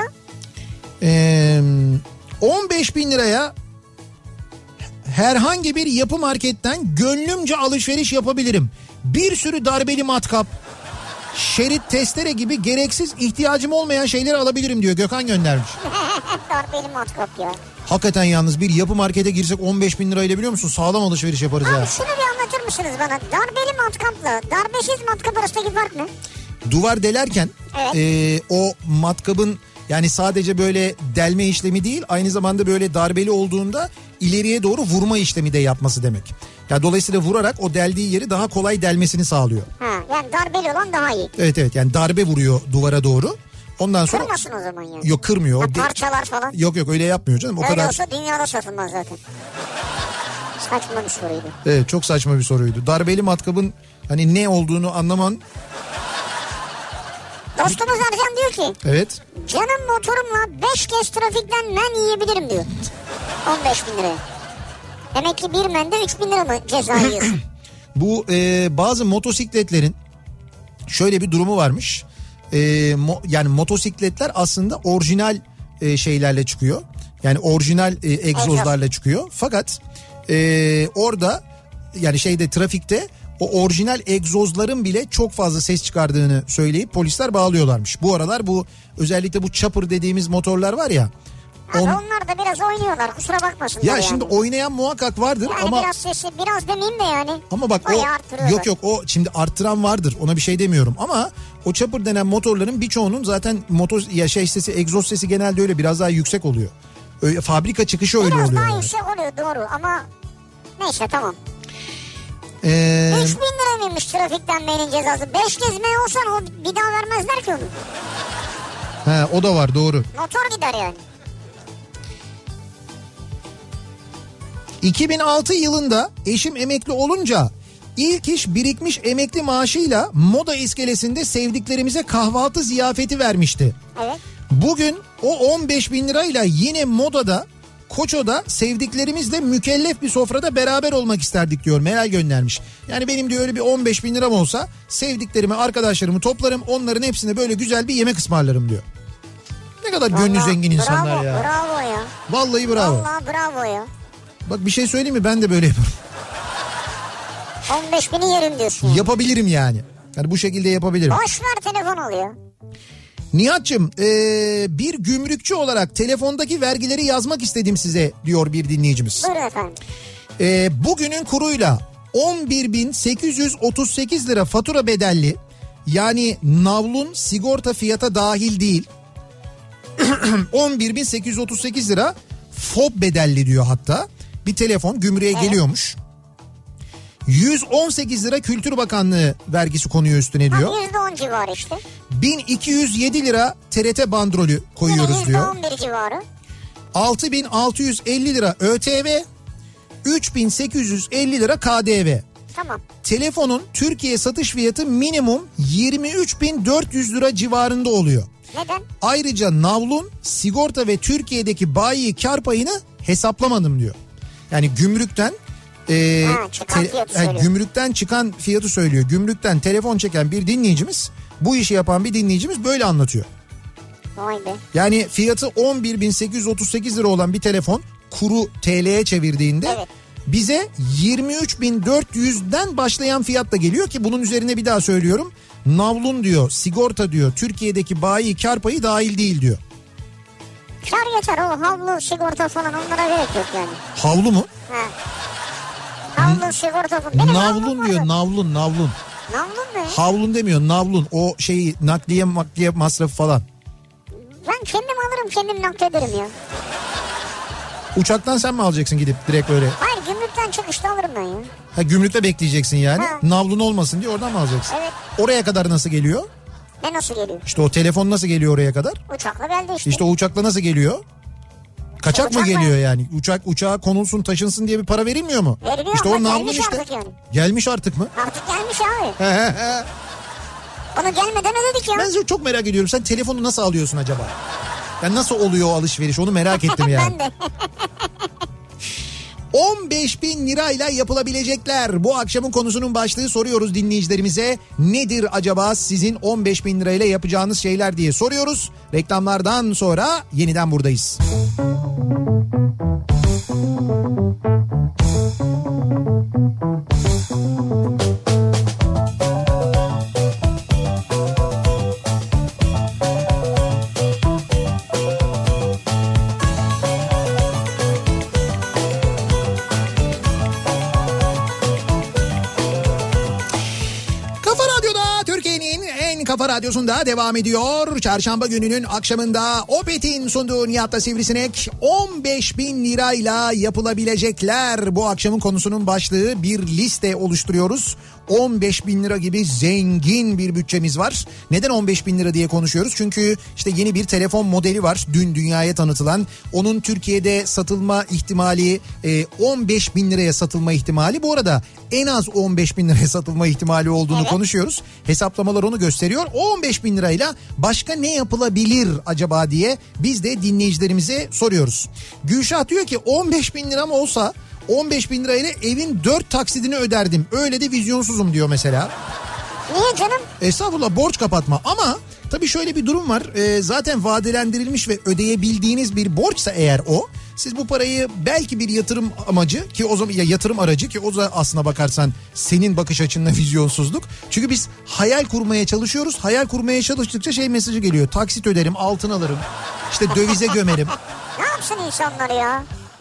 15.000 liraya herhangi bir yapı marketten gönlümce alışveriş yapabilirim. Bir sürü darbeli matkap, şerit, testere gibi gereksiz, ihtiyacım olmayan şeyleri alabilirim diyor. Gökhan göndermiş. Darbeli matkap ya. Hakikaten yalnız bir yapı markete girsek 15.000 lirayla, biliyor musun? Sağlam alışveriş yaparız ya. Abi şunu bir anlatır mısınız bana? Darbeli matkapla darbesiz matkap arasındaki fark ne? Duvar delerken o matkabın yani sadece böyle delme işlemi değil, aynı zamanda böyle darbeli olduğunda ileriye doğru vurma işlemi de yapması demek. Yani dolayısıyla vurarak o deldiği yeri daha kolay delmesini sağlıyor. Yani darbeli olan daha iyi. Evet yani darbe vuruyor duvara doğru. Ondan sonra... Kırmasın o zaman yani. Yok kırmıyor. Ya parçalar falan. Yok öyle yapmıyor canım. Öyle kadar... olsa dünyada satılmaz zaten. Saçma bir soruydu. Evet çok saçma bir soruydu. Darbeli matkabın hani ne olduğunu anlaman... Dostumuz Ercan diyor ki. Evet. Canım motorumla 5 kez trafikten men yiyebilirim diyor. 15.000 liraya. Demek ki bir mende 3.000 lira mı ceza yiyorsun? Bu bazı motosikletlerin şöyle bir durumu varmış. Yani motosikletler aslında orijinal şeylerle çıkıyor. Yani orijinal egzozlarla çıkıyor. Fakat orada yani trafikte o orijinal egzozların bile çok fazla ses çıkardığını söyleyip polisler bağlıyorlarmış. Bu aralar bu özellikle bu chopper dediğimiz motorlar var ya. Onlar da biraz oynuyorlar, kusura bakmasınlar ya yani. Şimdi oynayan muhakkak vardır yani ama... biraz sesi, biraz demeyeyim de yani. Ama bak yok o şimdi arttıran vardır, ona bir şey demiyorum ama o chopper denen motorların birçoğunun zaten sesi, egzoz sesi genelde öyle biraz daha yüksek oluyor. Öyle, fabrika çıkışı öyle biraz oluyor. Biraz daha yani. yüksek oluyor doğru ama neyse tamam. 3.000 lira mıymış trafikten menin cezası? 5 kez men olsan o bir daha vermezler ki onu. O da var doğru. Motor gider yani. 2006 yılında eşim emekli olunca ilk iş birikmiş emekli maaşıyla Moda iskelesinde sevdiklerimize kahvaltı ziyafeti vermişti. Evet. Bugün o 15.000 lirayla yine Moda'da, Koço'da sevdiklerimizle mükellef bir sofrada beraber olmak isterdik diyor. Meral göndermiş. Yani benim diyor öyle bir 15.000 liram olsa sevdiklerimi, arkadaşlarımı toplarım, onların hepsine böyle güzel bir yemek ısmarlarım diyor. Ne kadar gönlü zengin insanlar ya. Bravo ya. Vallahi bravo. Vallahi bravo ya. Bak bir şey söyleyeyim mi, ben de böyle yaparım. 15.000'i yerim diyorsun. Yapabilirim yani. Yani bu şekilde yapabilirim. Boş ver telefon alıyor. Nihat'cığım bir gümrükçü olarak telefondaki vergileri yazmak istedim size diyor bir dinleyicimiz. Buyurun efendim. Bugünün kuruyla 11.838 lira fatura bedelli, yani navlun sigorta fiyata dahil değil 11.838 lira FOB bedelli diyor hatta. Bir telefon gümrüğe geliyormuş. 118 lira Kültür Bakanlığı vergisi konuyor üstüne diyor. %10 civarı işte. 1207 lira TRT bandrolü koyuyoruz diyor. %11 civarı. 6650 lira ÖTV, 3850 lira KDV. Tamam. Telefonun Türkiye satış fiyatı minimum 23.400 lira civarında oluyor. Neden? Ayrıca navlun sigorta ve Türkiye'deki bayi kar payını hesaplamadım diyor. Yani gümrükten gümrükten çıkan fiyatı söylüyor. Gümrükten telefon çeken bir dinleyicimiz, bu işi yapan bir dinleyicimiz böyle anlatıyor. Vay be. Yani fiyatı 11.838 lira olan bir telefon kuru TL'ye çevirdiğinde bize 23.400'den başlayan fiyatla geliyor ki bunun üzerine bir daha söylüyorum. Navlun diyor, sigorta diyor, Türkiye'deki bayi kar payı dahil değil diyor. Kar yeter, o havlu sigorta falan onlara gerek yok yani. Havlu mu? He. Havlu sigorta falan. Navlun diyor, navlun. Navlun ne? Havlun demiyor, navlun, o şeyi nakliye masrafı falan. Ben kendim alırım, kendim naklederim ya. Uçaktan sen mi alacaksın gidip direkt böyle? Hayır, gümrükten çıkışta alırım ben ya. Ha, gümrükte bekleyeceksin yani. Ha. Navlun olmasın diye oradan mı alacaksın? Evet. Oraya kadar nasıl geliyor? Ne nasıl geliyor? İşte o telefon nasıl geliyor oraya kadar? Uçakla geldi işte. İşte o uçakla nasıl geliyor? Kaçak mı Uçakla geliyor yani? Uçağa konulsun, taşınsın diye bir para verilmiyor mu? Veriliyor işte ama o navlun gelmiş işte. artık yani. Gelmiş artık mı? Artık gelmiş abi. Onu gelmeden ödedik ya. Ben çok merak ediyorum. Sen telefonu nasıl alıyorsun acaba? Yani nasıl oluyor o alışveriş? Onu merak ettim yani. Ben de. 15.000 lirayla yapılabilecekler. Bu akşamın konusunun başlığı, soruyoruz dinleyicilerimize. Nedir acaba sizin 15.000 lirayla yapacağınız şeyler diye soruyoruz. Reklamlardan sonra yeniden buradayız. Kafa Radyosu'nda devam ediyor. Çarşamba gününün akşamında Opet'in sunduğu Nihat'la Sivrisinek, 15.000 lirayla yapılabilecekler. Bu akşamın konusunun başlığı, bir liste oluşturuyoruz. 15.000 lira gibi zengin bir bütçemiz var. Neden 15.000 lira diye konuşuyoruz? Çünkü işte yeni bir telefon modeli var. Dün dünyaya tanıtılan. Onun Türkiye'de satılma ihtimali 15.000 liraya satılma ihtimali. Bu arada en az 15.000 liraya satılma ihtimali olduğunu konuşuyoruz. Hesaplamalar onu gösteriyor. O 15.000 lirayla başka ne yapılabilir acaba diye biz de dinleyicilerimize soruyoruz. Gülşah diyor ki 15.000 liram olsa 15.000 lirayla evin 4 taksidini öderdim. Öyle de vizyonsuzum diyor mesela. Niye canım? Estağfurullah, borç kapatma. Ama tabii şöyle bir durum var. Zaten vadelendirilmiş ve ödeyebildiğiniz bir borçsa eğer o, siz bu parayı belki bir yatırım amacı, ki o zaman ya yatırım aracı, ki o da aslına bakarsan senin bakış açınla vizyonsuzluk. Çünkü biz hayal kurmaya çalışıyoruz. Hayal kurmaya çalıştıkça şey mesajı geliyor. Taksit öderim, altın alırım, işte dövize gömerim. Ne yapsın insanlar ya?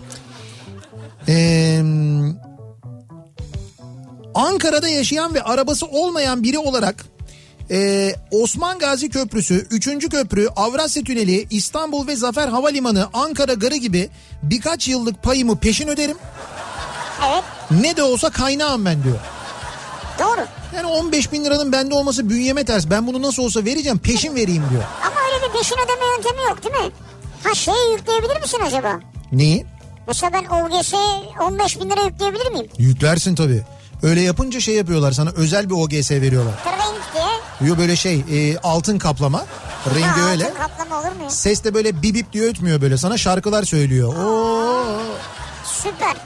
Ankara'da yaşayan ve arabası olmayan biri olarak Osman Gazi Köprüsü, 3. Köprü, Avrasya Tüneli, İstanbul ve Zafer Havalimanı, Ankara Garı gibi birkaç yıllık payımı peşin öderim. Evet. Ne de olsa kaynağım ben diyor. Doğru. Yani 15.000 liranın bende olması bünyeme ters. Ben bunu nasıl olsa vereceğim, peşin vereyim diyor. Ama öyle bir peşin ödeme yöntemi yok değil mi? Ha, şeyi yükleyebilir misin acaba? Neyi? Mesela ben OGS'ye 15.000 lira yükleyebilir miyim? Yüklersin tabii. Öyle yapınca şey yapıyorlar, sana özel bir OGS veriyorlar. Renk diye. Yo, böyle şey altın kaplama. Rengi öyle. Altın kaplama olur mu ya? Ses de böyle bip diye ötmüyor, böyle sana şarkılar söylüyor. Oo. Süper.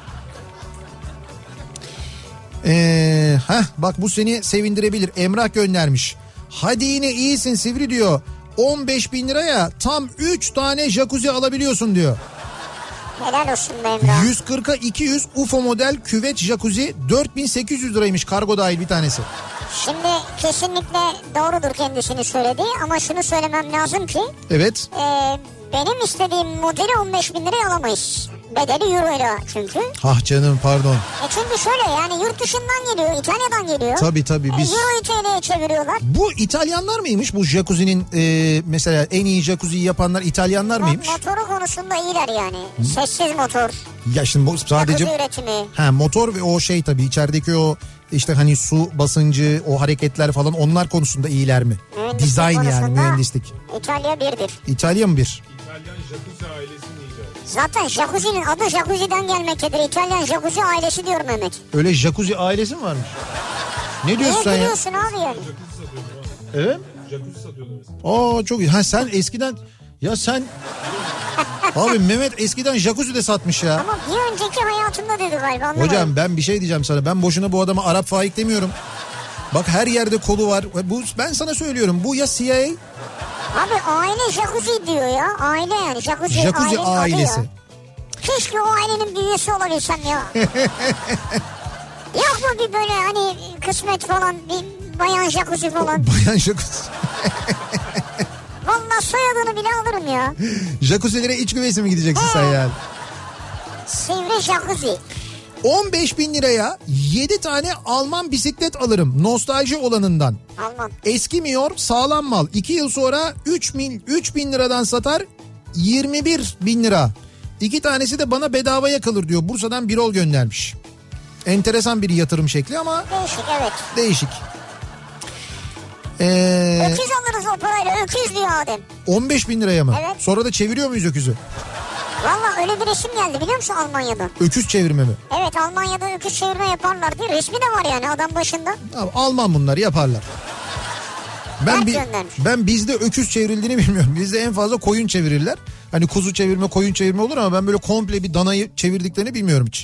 Bak bu seni sevindirebilir. Emrah göndermiş. Hadi yine iyisin Sivri diyor. 15.000 liraya tam 3 tane jacuzzi alabiliyorsun diyor. Helal olsun be Emrah. 140'a 200 UFO model küvet jacuzzi 4.800 liraymış, kargo dahil bir tanesi. Şimdi kesinlikle doğrudur kendisini söylediği ama şunu söylemem lazım ki. Evet. Benim istediğim modeli 15 bin liraya alamayız. Bedeli euroyla çünkü. Ah canım pardon. Çünkü şöyle yani yurt dışından geliyor, İtalya'dan geliyor. Tabii biz. Euro'yu TL'ye çeviriyorlar. Bu İtalyanlar mıymış bu jacuzzi'nin mesela en iyi jacuzzi'yi yapanlar İtalyanlar mıymış? Motoru konusunda iyiler yani. Sessiz motor. Ya şimdi bu sadece. Jacuzzi üretimi. Motor ve o şey tabii içerideki o işte hani su basıncı, o hareketler falan onlar konusunda iyiler mi? Design yani mühendislik. İtalya 1'dir. İtalya mı 1? İtalyan jacuzzi ailesinin icadı. Zaten jacuzzi'nin adı jacuzzi'den gelmektedir. İtalyan jacuzzi ailesi diyor Mehmet. Öyle jacuzzi ailesi mi varmış? Ne diyorsun sen ya? Ne diyorsun abi yani? Evet. Jacuzzi satıyorlar mesela. Çok iyi. Sen eskiden ya sen abi Mehmet eskiden jacuzzi de satmış ya. Ama bir önceki hayatımda dedi galiba. Anlamadım. Hocam ben bir şey diyeceğim sana. Ben boşuna bu adama Arap Faik demiyorum. Bak her yerde kolu var. Ben sana söylüyorum. Bu ya CIA. Abi aile jacuzzi diyor ya. Aile yani Jacuzzi ailesi. Keşke o ailenin bir üyesi olabilsem ya. Yok mu bir böyle hani kısmet falan bir bayan jacuzzi falan. Bayan jacuzzi. Vallahi soyadını bile alırım ya. Jacuzzi'lere iç güveysi mi gideceksin sen yani? Sivri jacuzzi. 15 bin liraya 7 tane Alman bisiklet alırım nostalji olanından. Alman. Eskimiyor, sağlam mal. 2 yıl sonra 3 bin liradan satar, 21 bin lira. 2 tanesi de bana bedavaya kalır diyor. Bursa'dan Birol göndermiş. Enteresan bir yatırım şekli ama değişik, evet. Değişik. Öküz alırız o parayla, öküz diyor Adem. 15 bin liraya mı? Evet. Sonra da çeviriyor muyuz öküzü? Valla öyle bir resim geldi biliyor musun Almanya'da? Öküz çevirme mi? Evet, Almanya'da öküz çevirme yaparlar diye resmi de var yani adam başında. Abi, Alman bunları yaparlar. Ben bizde öküz çevrildiğini bilmiyorum. Bizde en fazla koyun çevirirler. Hani kuzu çevirme, koyun çevirme olur ama ben böyle komple bir danayı çevirdiklerini bilmiyorum hiç.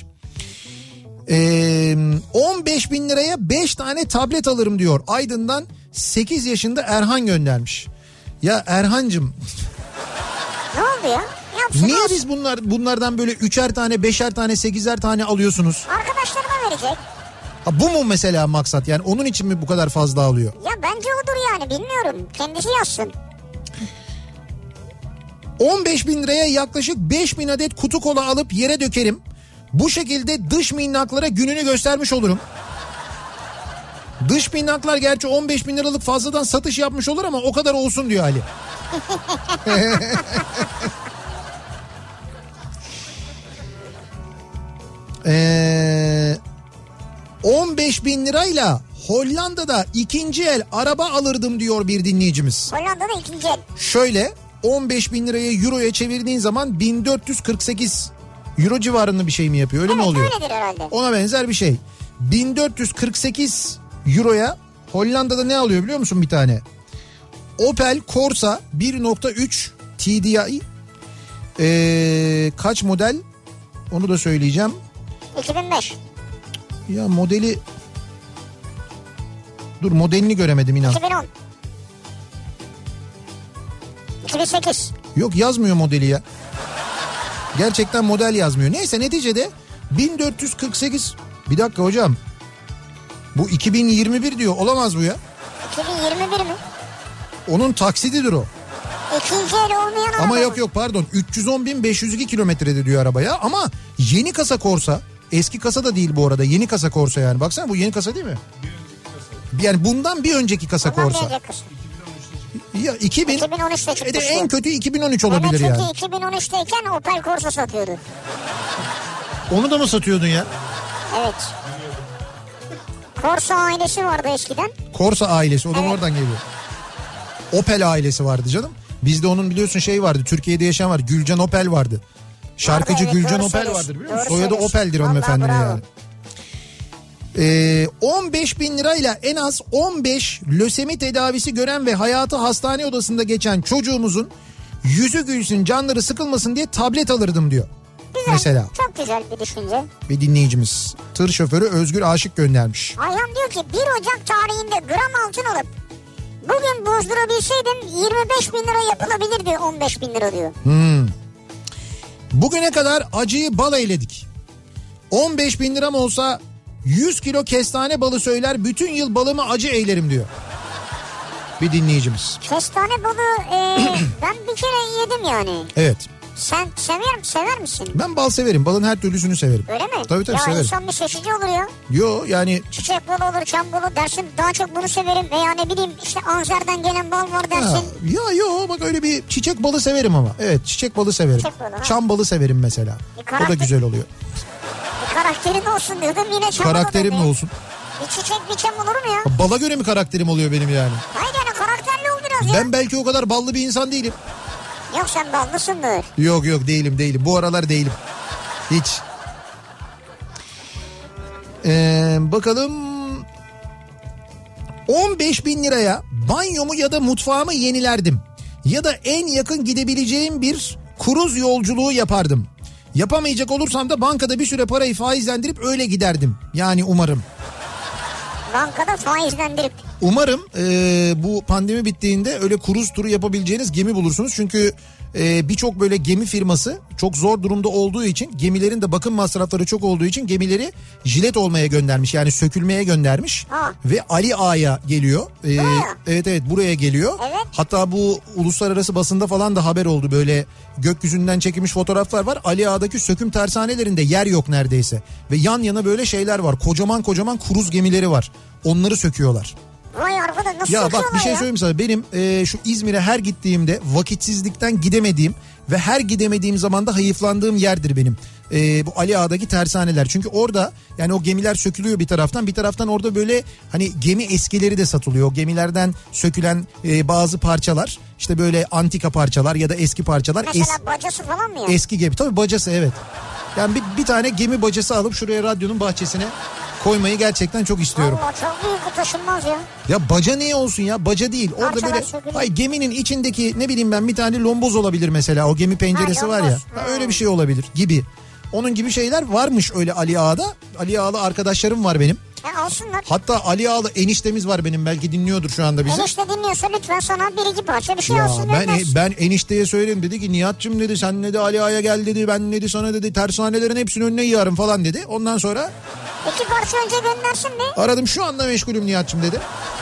15 bin liraya 5 tane tablet alırım diyor. Aydın'dan 8 yaşında Erhan göndermiş. Ya Erhancığım. Ne oldu ya? Yapsın niye olsun. biz bunlardan böyle 3'er tane, 5'er tane, 8'er tane alıyorsunuz? Arkadaşlarına verecek. Bu mu mesela maksat? Yani onun için mi bu kadar fazla alıyor? Ya bence odur yani, bilmiyorum. Kendisi yazsın. 15 bin liraya yaklaşık 5 bin adet kutu kola alıp yere dökerim. Bu şekilde dış minnaklara gününü göstermiş olurum. Dış minnaklar gerçi 15 bin liralık fazladan satış yapmış olur ama o kadar olsun diyor Ali. 15 bin lirayla Hollanda'da ikinci el araba alırdım diyor bir dinleyicimiz. Hollanda'da ikinci el. Şöyle 15 bin lirayı euroya çevirdiğin zaman 1448 euro civarında bir şey mi yapıyor? Öyle mi oluyor? Evet, öyledir herhalde. Ona benzer bir şey. 1448 euroya Hollanda'da ne alıyor biliyor musun bir tane? Opel Corsa 1.3 TDI. Kaç model? Onu da söyleyeceğim. 2005. Ya modeli... Dur, modelini göremedim inan. 2010. 2008. Yok, yazmıyor modeli ya. Gerçekten model yazmıyor. Neyse, neticede 1448. Bir dakika hocam. Bu 2021 diyor. Olamaz bu ya. 2021 mi? Onun taksididir o. İkinci el olmayan araba. Ama yok pardon. 310.502 kilometrede diyor arabaya. Ama yeni kasa Corsa. Eski kasa da değil bu arada. Yeni kasa Corsa yani. Baksana, bu yeni kasa değil mi? Yani bundan bir önceki kasa Corsa. Ya 2013'te çıkmıştı. En kötü 2013 olabilir yani. yani. Çünkü 2013'teyken Opel Corsa satıyordu. Onu da mı satıyordun ya? Evet. Corsa ailesi vardı eskiden. Corsa ailesi, o da evet. Oradan geliyor. Opel ailesi vardı canım. Bizde onun biliyorsun şey vardı. Türkiye'de yaşayan var. Gülcan Opel vardı. Şarkıcı evet, Gülcan Opel vardır biliyor musun? Soyadı Opel'dir hanımefendinin yani. 15 bin lirayla en az 15 lösemi tedavisi gören ve hayatı hastane odasında geçen çocuğumuzun yüzü gülsün, canları sıkılmasın diye tablet alırdım diyor. Güzel, mesela. Çok güzel bir düşünce. Bir dinleyicimiz. Tır şoförü Özgür Aşık göndermiş. Ayhan diyor ki 1 Ocak tarihinde gram altın alıp bugün bozdurabilseydim 25 bin lira yapılabilir diyor, 15 bin lira diyor. Bugüne kadar acıyı bal eyledik. 15 bin liram olsa 100 kilo kestane balı söyler, bütün yıl balımı acı eylerim diyor. Bir dinleyicimiz. Kestane balı ben bir kere yedim yani. Evet. Sen sever misin? Ben bal severim. Balın her türlüsünü severim. Öyle mi? Tabii ya severim. insan bir seçici olur ya. Yo yani. Çiçek balı olur, çam balı dersin. Daha çok bunu severim. Veya ne bileyim işte Anzer'den gelen bal var dersin. Yo bak öyle bir çiçek balı severim ama. Evet, çiçek balı severim. Çiçek balı, çam balı severim mesela. O da güzel oluyor. Bir karakterin olsun diyordum, yine çam balı. Karakterim mi olsun? Bir çiçek bir çam olur mu ya? Bala göre mi karakterim oluyor benim yani? Hayır yani karakterli ol biraz ya. Ben belki o kadar ballı bir insan değilim. Yok sen ballısındır. Yok değilim. Bu aralar değilim. Hiç. Bakalım. 15.000 liraya banyomu ya da mutfağımı yenilerdim. Ya da en yakın gidebileceğim bir kruz yolculuğu yapardım. Yapamayacak olursam da bankada bir süre parayı faizlendirip öyle giderdim. Yani umarım. Bankada faizlendirip. Umarım bu pandemi bittiğinde öyle kruz turu yapabileceğiniz gemi bulursunuz. Çünkü birçok böyle gemi firması çok zor durumda olduğu için, gemilerin de bakım masrafları çok olduğu için gemileri jilet olmaya göndermiş. Yani sökülmeye göndermiş. Ve Ali Ağa'ya geliyor. Evet buraya geliyor. Evet. Hatta bu uluslararası basında falan da haber oldu. Böyle gökyüzünden çekilmiş fotoğraflar var. Ali Ağa'daki söküm tersanelerinde yer yok neredeyse. Ve yan yana böyle şeyler var. Kocaman kruz gemileri var. Onları söküyorlar. Vay arkadaş nasıl ya bak bir şey söyleyeyim sana. Benim şu İzmir'e her gittiğimde vakitsizlikten gidemediğim ve her gidemediğim zaman da hayıflandığım yerdir benim. Bu Ali Ağa'daki tersaneler. Çünkü orada yani o gemiler sökülüyor bir taraftan orada böyle hani gemi eskileri de satılıyor. O gemilerden sökülen bazı parçalar, işte böyle antika parçalar ya da eski parçalar. Mesela bacası falan mı ya? Eski gemi tabii, bacası evet. Yani bir tane gemi bacası alıp şuraya radyonun bahçesine koymayı gerçekten çok istiyorum. Allah çok büyük taşınmaz ya. Ya baca niye olsun ya? Baca değil. Orada Parçalar böyle sökülüyor. geminin içindeki ne bileyim ben bir tane lomboz olabilir mesela. O gemi penceresi var ya. Öyle bir şey olabilir gibi. Onun gibi şeyler varmış öyle Ali Ağa'da. Ali Ağa'lı arkadaşlarım var benim. Olsunlar. Hatta Ali Ağa'lı eniştemiz var benim, belki dinliyordur şu anda bizi. Enişte dinliyorsa lütfen sana bir iki parça bir şey olsun. Ben enişteye söyledim, dedi ki Nihat'cığım dedi, sen dedi Ali Ağa'ya gel dedi, ben dedi sana dedi tersanelerin hepsini önüne yığarım falan dedi. Ondan sonra 2 parça önce göndersin mi? Aradım, şu anda meşgulüm Nihat'cığım dedi.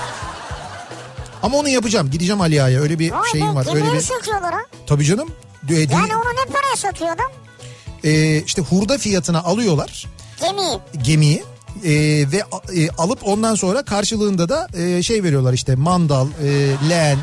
Ama onu yapacağım, gideceğim Ali Ağa'ya, öyle bir şeyim var. Öyle bir söküyorlar ha. Tabii canım. Yani onu ne paraya satıyor adam? İşte hurda fiyatına alıyorlar. Gemiyi. Ve alıp ondan sonra karşılığında da şey veriyorlar, işte mandal, leğen.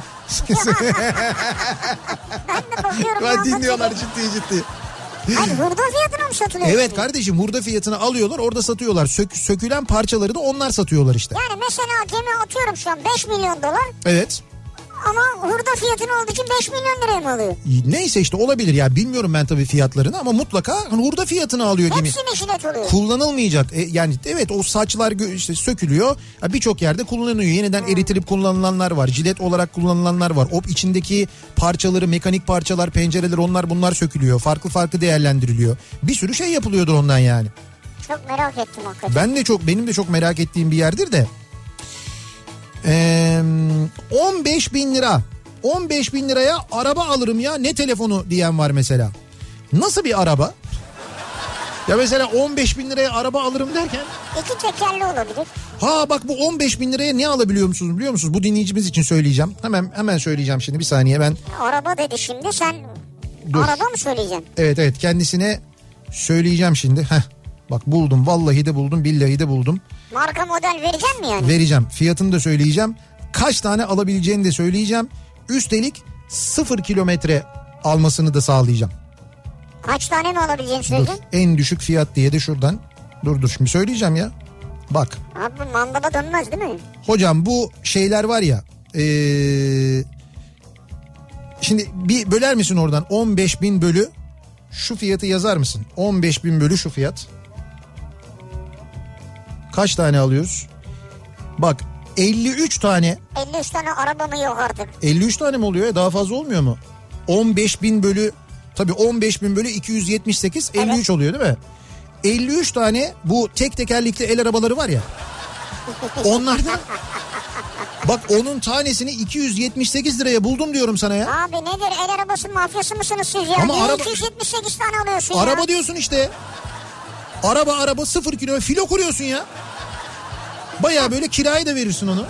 Ben de bakıyorum. Ben dinliyorlar ciddi. Hani hurda fiyatına mı satılıyor? Evet kardeşim, hurda fiyatına alıyorlar, orada satıyorlar. Sökülen parçaları da onlar satıyorlar işte. Yani mesela gemi atıyorum şu an 5 milyon dolar. Evet. Ama hurda fiyatını olduğu için 5 milyon liraya mı alıyor? Neyse işte, olabilir ya, bilmiyorum ben tabii fiyatlarını ama mutlaka hurda fiyatını alıyor gemi. Hepsi mi jilet oluyor? Kullanılmayacak. Yani evet, o saçlar işte sökülüyor. Birçok yerde kullanılıyor. Yeniden eritilip kullanılanlar var. Jilet olarak kullanılanlar var. O içindeki parçaları, mekanik parçalar, pencereler, bunlar sökülüyor. Farklı değerlendiriliyor. Bir sürü şey yapılıyordur ondan yani. Çok merak ettim hakikaten. Benim de çok merak ettiğim bir yerdir de. 15.000 lira. 15.000 liraya araba alırım ya, ne telefonu diyen var mesela. Nasıl bir araba? Ya mesela 15.000 liraya araba alırım derken? 2 tekerli olabilir. Ha bak, bu 15.000 liraya ne alabiliyor musunuz biliyor musunuz? Bu dinleyicimiz için söyleyeceğim. Hemen söyleyeceğim şimdi, bir saniye ben. Araba dedi şimdi, sen Dur. Araba mı söyleyeceksin? Evet kendisine söyleyeceğim şimdi. Bak buldum, vallahi de buldum, billahi de buldum. Marka model verecek mi yani? Vereceğim, fiyatını da söyleyeceğim. Kaç tane alabileceğini de söyleyeceğim. Üstelik 0 kilometre almasını da sağlayacağım. Kaç tane mi alabileceğini söyledin? En düşük fiyat diye de şuradan. Dur şimdi söyleyeceğim ya. Bak. Abi mandala dönmez değil mi? Hocam bu şeyler var ya. Şimdi bir böler misin oradan? 15.000 bölü şu fiyatı yazar mısın? 15.000 bölü şu fiyat. Kaç tane alıyoruz? Bak 53 tane. 53 tane araba mı yok artık? 53 tane mi oluyor ya? Daha fazla olmuyor mu? 15.000 bölü, tabii 15.000 bölü 278 53 evet. Oluyor değil mi? 53 tane bu tek tekerlekli el arabaları var ya. Onlardan bak, onun tanesini 278 liraya buldum diyorum sana ya. Abi nedir, el arabası mafyası mısınız siz ya? Ama araba, 278 tane alıyorsun araba ya. Diyorsun işte. Araba 0 kilo filo kuruyorsun ya. Bayağı böyle kiraya da verirsin onu.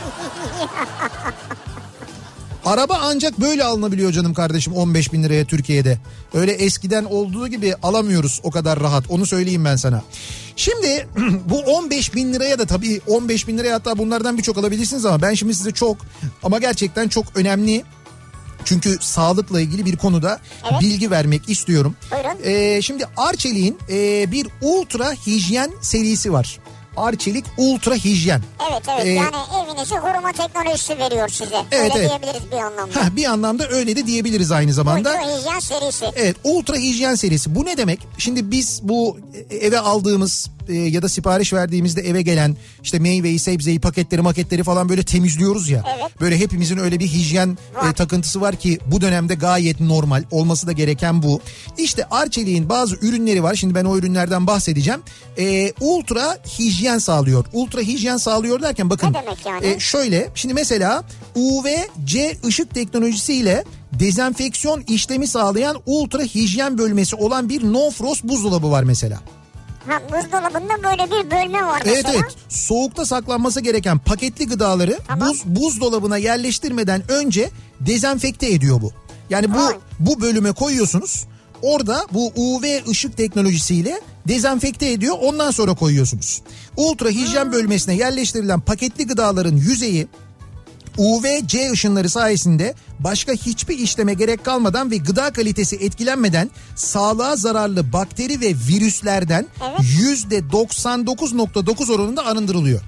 Araba ancak böyle alınabiliyor canım kardeşim 15 bin liraya Türkiye'de. Öyle eskiden olduğu gibi alamıyoruz o kadar rahat, onu söyleyeyim ben sana. Şimdi bu 15 bin liraya da tabii 15 bin liraya hatta bunlardan birçok alabilirsiniz ama ben şimdi size çok ama gerçekten çok önemli. Çünkü sağlıkla ilgili bir konuda bilgi vermek istiyorum. Şimdi Arçelik'in bir ultra hijyen serisi var. Arçelik Ultra Hijyen. Evet yani evinizi koruma teknolojisi veriyor size. Evet, öyle diyebiliriz bir anlamda. Bir anlamda öyle de diyebiliriz aynı zamanda. Ultra Hijyen serisi. Evet, Ultra Hijyen serisi. Bu ne demek? Şimdi biz bu eve aldığımız ya da sipariş verdiğimizde eve gelen işte meyveyi, sebzeyi, paketleri falan böyle temizliyoruz ya. Evet. Böyle hepimizin öyle bir hijyen takıntısı var ki bu dönemde gayet normal, olması da gereken bu. İşte Arçelik'in bazı ürünleri var. Şimdi ben o ürünlerden bahsedeceğim. Ultra hijyen sağlıyor. Ultra hijyen sağlıyor derken bakın. Ne demek yani? Şöyle şimdi mesela UV-C ışık teknolojisiyle dezenfeksiyon işlemi sağlayan ultra hijyen bölmesi olan bir no frost buzdolabı var mesela. Buzdolabında böyle bir bölme var mesela. Evet. Soğukta saklanması gereken paketli gıdaları buzdolabına yerleştirmeden önce dezenfekte ediyor bu. Yani bu bölüme koyuyorsunuz. Orada bu UV ışık teknolojisiyle dezenfekte ediyor. Ondan sonra koyuyorsunuz. Ultra hijyen bölmesine yerleştirilen paketli gıdaların yüzeyi UV-C ışınları sayesinde başka hiçbir işleme gerek kalmadan ve gıda kalitesi etkilenmeden sağlığa zararlı bakteri ve virüslerden %99.9 oranında arındırılıyor.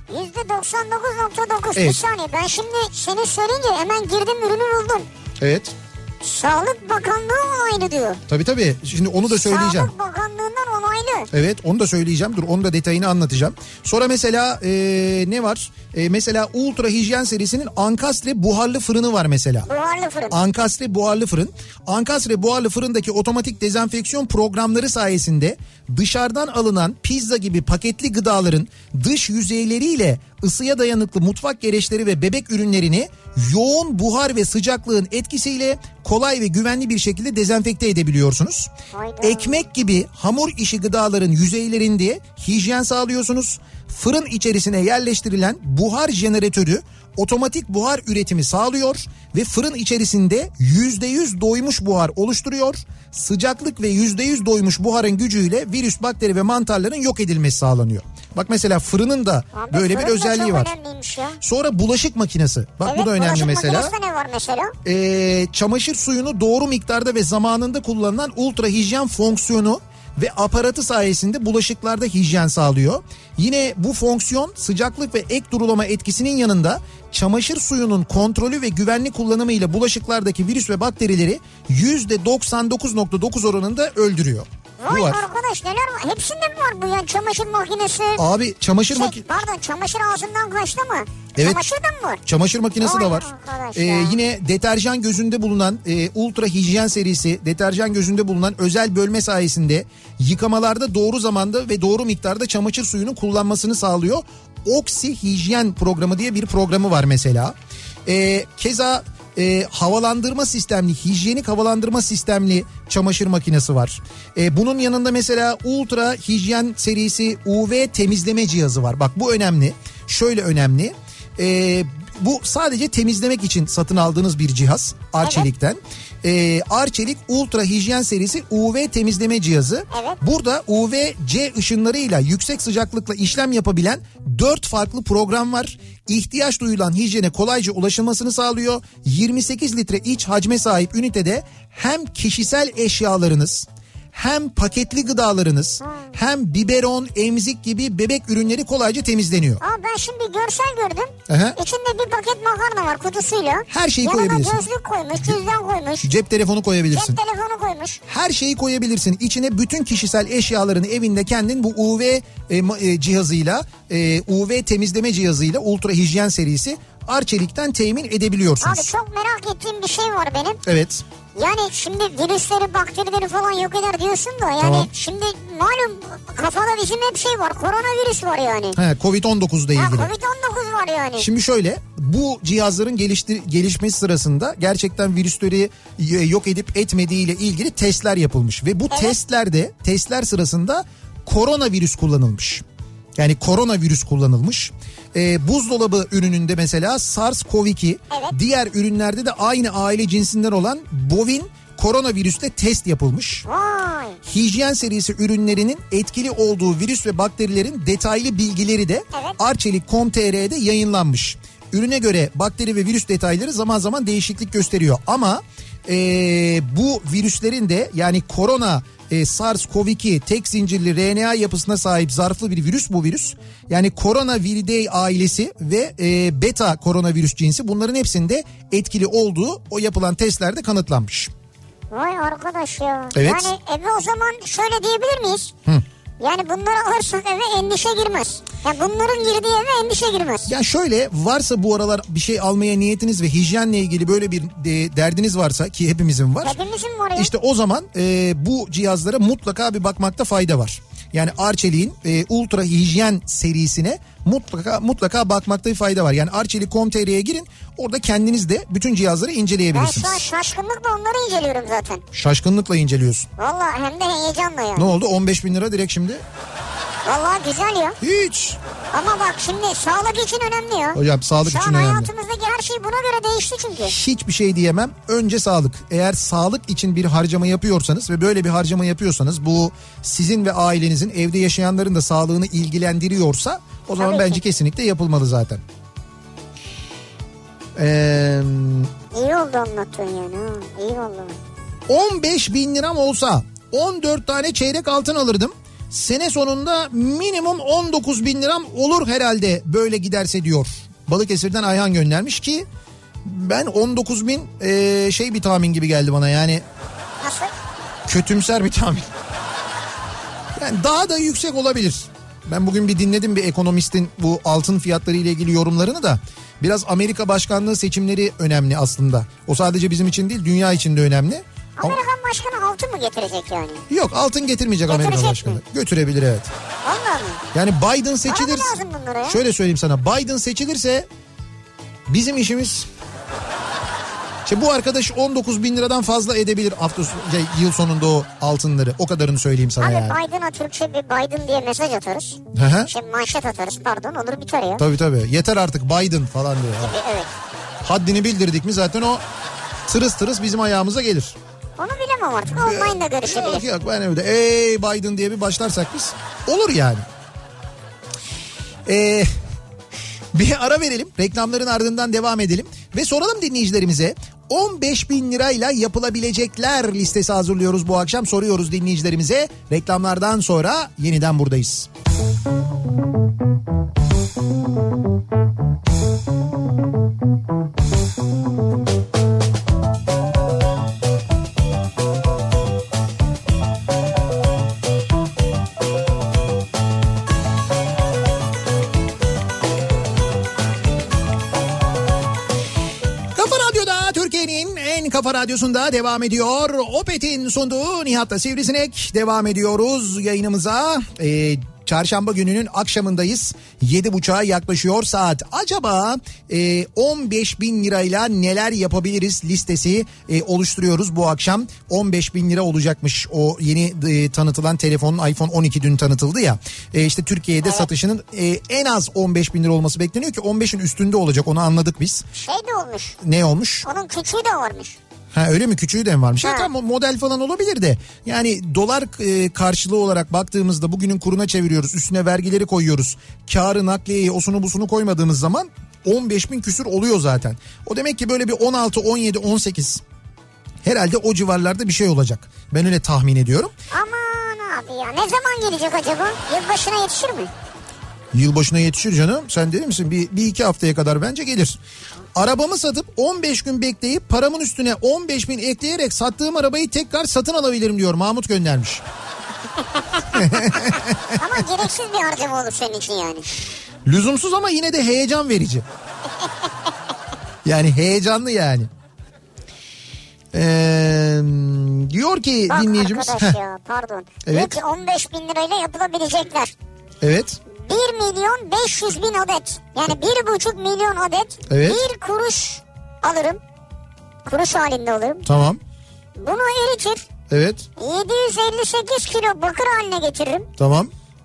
%99.9 bir saniye, ben şimdi seni söyleyince hemen girdim, ürünü buldum. Evet. Sağlık Bakanlığı onaylı diyor. Tabii şimdi onu da söyleyeceğim. Sağlık Bakanlığı'ndan onaylı. Evet, onu da söyleyeceğim. Dur, onu da detayını anlatacağım. Sonra mesela ne var? Mesela Ultra Hijyen serisinin Ankastre buharlı fırını var mesela. Buharlı fırın. Ankastre buharlı fırın. Ankastre buharlı fırındaki otomatik dezenfeksiyon programları sayesinde dışarıdan alınan pizza gibi paketli gıdaların dış yüzeyleriyle ısıya dayanıklı mutfak gereçleri ve bebek ürünlerini yoğun buhar ve sıcaklığın etkisiyle kolay ve güvenli bir şekilde dezenfekte edebiliyorsunuz. Hayda. Ekmek gibi hamur işi gıdaların yüzeylerinde hijyen sağlıyorsunuz. Fırın içerisine yerleştirilen buhar jeneratörü otomatik buhar üretimi sağlıyor ve fırın içerisinde %100 doymuş buhar oluşturuyor. Sıcaklık ve %100 doymuş buharın gücüyle virüs, bakteri ve mantarların yok edilmesi sağlanıyor. Bak mesela fırının da böyle bir özelliği var. Sonra bulaşık makinesi. Bak bu da önemli mesela. Bulaşık makinesinde ne var mesela? Çamaşır suyunu doğru miktarda ve zamanında kullanılan ultra hijyen fonksiyonu ve aparatı sayesinde bulaşıklarda hijyen sağlıyor. Yine bu fonksiyon sıcaklık ve ek durulama etkisinin yanında çamaşır suyunun kontrolü ve güvenli kullanımıyla bulaşıklardaki virüs ve bakterileri %99.9 oranında öldürüyor. Vay arkadaş, neler var? Hepsinde mi var bu yani, çamaşır makinesi? Abi çamaşır makinesi... Pardon, çamaşır ağzından kaçtı mı? Evet. Çamaşır da mı var? Çamaşır makinesi de var. Yine deterjan gözünde bulunan Ultra Hijyen serisi deterjan gözünde bulunan özel bölme sayesinde yıkamalarda doğru zamanda ve doğru miktarda çamaşır suyunun kullanmasını sağlıyor. Oxi Hijyen programı diye bir programı var mesela. Keza havalandırma sistemli, hijyenik havalandırma sistemli çamaşır makinesi var. Bunun yanında mesela Ultra Hijyen serisi UV temizleme cihazı var. Bak bu önemli. Şöyle önemli. Bu sadece temizlemek için satın aldığınız bir cihaz Arçelik'ten. Arçelik Ultra Hijyen serisi UV temizleme cihazı. Evet. Burada UV-C ışınlarıyla yüksek sıcaklıkla işlem yapabilen 4 farklı program var. İhtiyaç duyulan hijyene kolayca ulaşılmasını sağlıyor. 28 litre iç hacme sahip ünitede hem kişisel eşyalarınız, hem paketli gıdalarınız, hem biberon, emzik gibi bebek ürünleri kolayca temizleniyor. Ben şimdi görsel gördüm. İçinde bir paket makarna var kutusuyla. Her şeyi koyabilirsin. Yanına gözlük koymuş, cüzdan koymuş. Cep telefonu koyabilirsin. Cep telefonu koymuş. Her şeyi koyabilirsin. İçine bütün kişisel eşyalarını evinde kendin bu UV cihazıyla, UV temizleme cihazıyla Ultra Hijyen serisi Arçelik'ten temin edebiliyorsunuz. Abi çok merak ettiğim bir şey var benim. Evet. Yani şimdi virüsleri, bakterileri falan yok eder diyorsun da yani şimdi malum kafada bizim hep şey var, koronavirüs var yani. Covid-19 ile ilgili. Covid-19 var yani. Şimdi şöyle, bu cihazların gelişmesi sırasında gerçekten virüsleri yok edip etmediği ile ilgili testler yapılmış ve bu testler sırasında koronavirüs kullanılmış. Yani koronavirüs kullanılmış buzdolabı ürününde mesela SARS-CoV-2, Evet. diğer ürünlerde de aynı aile cinsinden olan bovin koronavirüsle test yapılmış. Vay. Hijyen serisi ürünlerinin etkili olduğu virüs ve bakterilerin detaylı bilgileri de Evet. Arçelik.com.tr'de yayınlanmış. Ürüne göre bakteri ve virüs detayları zaman zaman değişiklik gösteriyor ama bu virüslerin de yani korona SARS-CoV-2 tek zincirli RNA yapısına sahip zarflı bir virüs bu virüs. Yani Coronaviridae ailesi ve beta koronavirüs cinsi bunların hepsinde etkili olduğu o yapılan testlerde kanıtlanmış. Vay arkadaş ya. Evet. Yani eve o zaman şöyle diyebilir miyiz? Yani bunları alırsan eve endişe girmez. Ya bunların girdiği eve endişe girmez. Ya şöyle varsa bu aralar bir şey almaya niyetiniz ve hijyenle ilgili böyle bir derdiniz varsa ki hepimizin var. Hepimizin var ya. İşte o zaman bu cihazlara mutlaka bir bakmakta fayda var. Yani Arçelik'in ultra hijyen serisine mutlaka bakmakta bir fayda var. Yani Arçelik.com.tr'ye girin, orada kendiniz de bütün cihazları Ben inceleyebilirsiniz. şu an şaşkınlıkla onları inceliyorum zaten. Şaşkınlıkla inceliyorsun. Valla hem de heyecanla ya. Ne oldu 15.000 lira direkt şimdi? Valla güzel ya. Hiç. Ama bak şimdi sağlık için önemli ya. Hocam sağlık Şu için an önemli. hayatımızdaki her şey buna göre değişti çünkü. Hiçbir şey diyemem. Önce sağlık. Eğer sağlık için bir harcama yapıyorsanız ve böyle bir harcama yapıyorsanız bu sizin ve ailenizin, evde yaşayanların da sağlığını ilgilendiriyorsa o zaman Tabii bence ki. kesinlikle yapılmalı zaten. İyi oldu anlattın yani. Ha. İyi oldu. 15.000 liram olsa 14 tane çeyrek altın alırdım. Sene sonunda minimum 19.000 liram olur herhalde böyle giderse diyor. Balıkesir'den Ayhan göndermiş ki ben 19.000 şey bir tahmin gibi geldi bana yani. Nasıl? Kötümser bir tahmin. Yani daha da yüksek olabilir. Ben bugün bir dinledim bir ekonomistin bu altın fiyatları ile ilgili yorumlarını da. Biraz Amerika başkanlığı seçimleri önemli aslında. O sadece bizim için değil, dünya için de önemli. Amerikan başkanı altın mı getirecek yani? Yok, altın getirmeyecek Amerika Getirecek başkanı. mi? Götürebilir, evet. Valla mı? Yani Biden Para seçilir. mı lazım bunlara ya? Şöyle söyleyeyim sana, Biden seçilirse bizim işimiz... İşte bu arkadaş 19.000 liradan fazla edebilir yıl sonunda o altınları. O kadarını söyleyeyim sana Abi yani. Biden'a Türkçe bir Biden diye mesaj atarız. Hı hı. Şey manşet atarız pardon, olur biter ya. Tabii. Yeter artık Biden falan diyor. Evet. Haddini bildirdik mi zaten o tırıs bizim ayağımıza gelir. Onu bilemem artık. Online'da görüşebilir. Yok ben öyle. Ey Biden diye bir başlarsak biz olur yani. Bir ara verelim. Reklamların ardından devam edelim. Ve soralım dinleyicilerimize. 15.000 lirayla yapılabilecekler listesi hazırlıyoruz bu akşam. Soruyoruz dinleyicilerimize. Reklamlardan sonra yeniden buradayız. Kafa Radyosu'nda devam ediyor. Opet'in sunduğu Nihat'la Sivrisinek devam ediyoruz yayınımıza. Çarşamba gününün akşamındayız. 7.30'a yaklaşıyor saat. Acaba 15.000 lirayla neler yapabiliriz listesi oluşturuyoruz bu akşam. 15.000 lira olacakmış o yeni tanıtılan telefonun, iPhone 12 dün tanıtıldı ya. İşte Türkiye'de satışının en az 15.000 lira olması bekleniyor ki 15'in üstünde olacak, onu anladık biz. Şey de olmuş. Ne olmuş? Onun küçüğü de varmış. Ha öyle mi, küçüğü de mi varmış? Ha. Ya tamam, model falan olabilir de yani dolar karşılığı olarak baktığımızda bugünün kuruna çeviriyoruz, üstüne vergileri koyuyoruz, karı, nakliyeyi, osunu busunu koymadığımız zaman 15.000 küsür oluyor zaten. O demek ki böyle bir 16, 17, 18 herhalde o civarlarda bir şey olacak. Ben öyle tahmin ediyorum. Aman abi ya, ne zaman gelecek acaba? Yılbaşına yetişir mi? Yılbaşına yetişir canım. Sen değil misin? Bir iki haftaya kadar bence gelir. Arabamı satıp 15 gün bekleyip paramın üstüne 15.000 ekleyerek sattığım arabayı tekrar satın alabilirim diyor. Mahmut göndermiş. Ama gereksiz bir harcama olur senin için yani. Lüzumsuz ama yine de heyecan verici. Yani heyecanlı yani. Diyor ki bak dinleyicimiz. Arkadaş ya pardon. Evet. Diyor ki 15.000 lirayla yapılabilecekler. Evet. 1.500.000 adet. Yani 1,5 milyon adet. Evet. 1 kuruş alırım. Kuruş halinde alırım. Tamam. Bunu eritir. Evet. 758 kilo bakır haline getiririm. Tamam.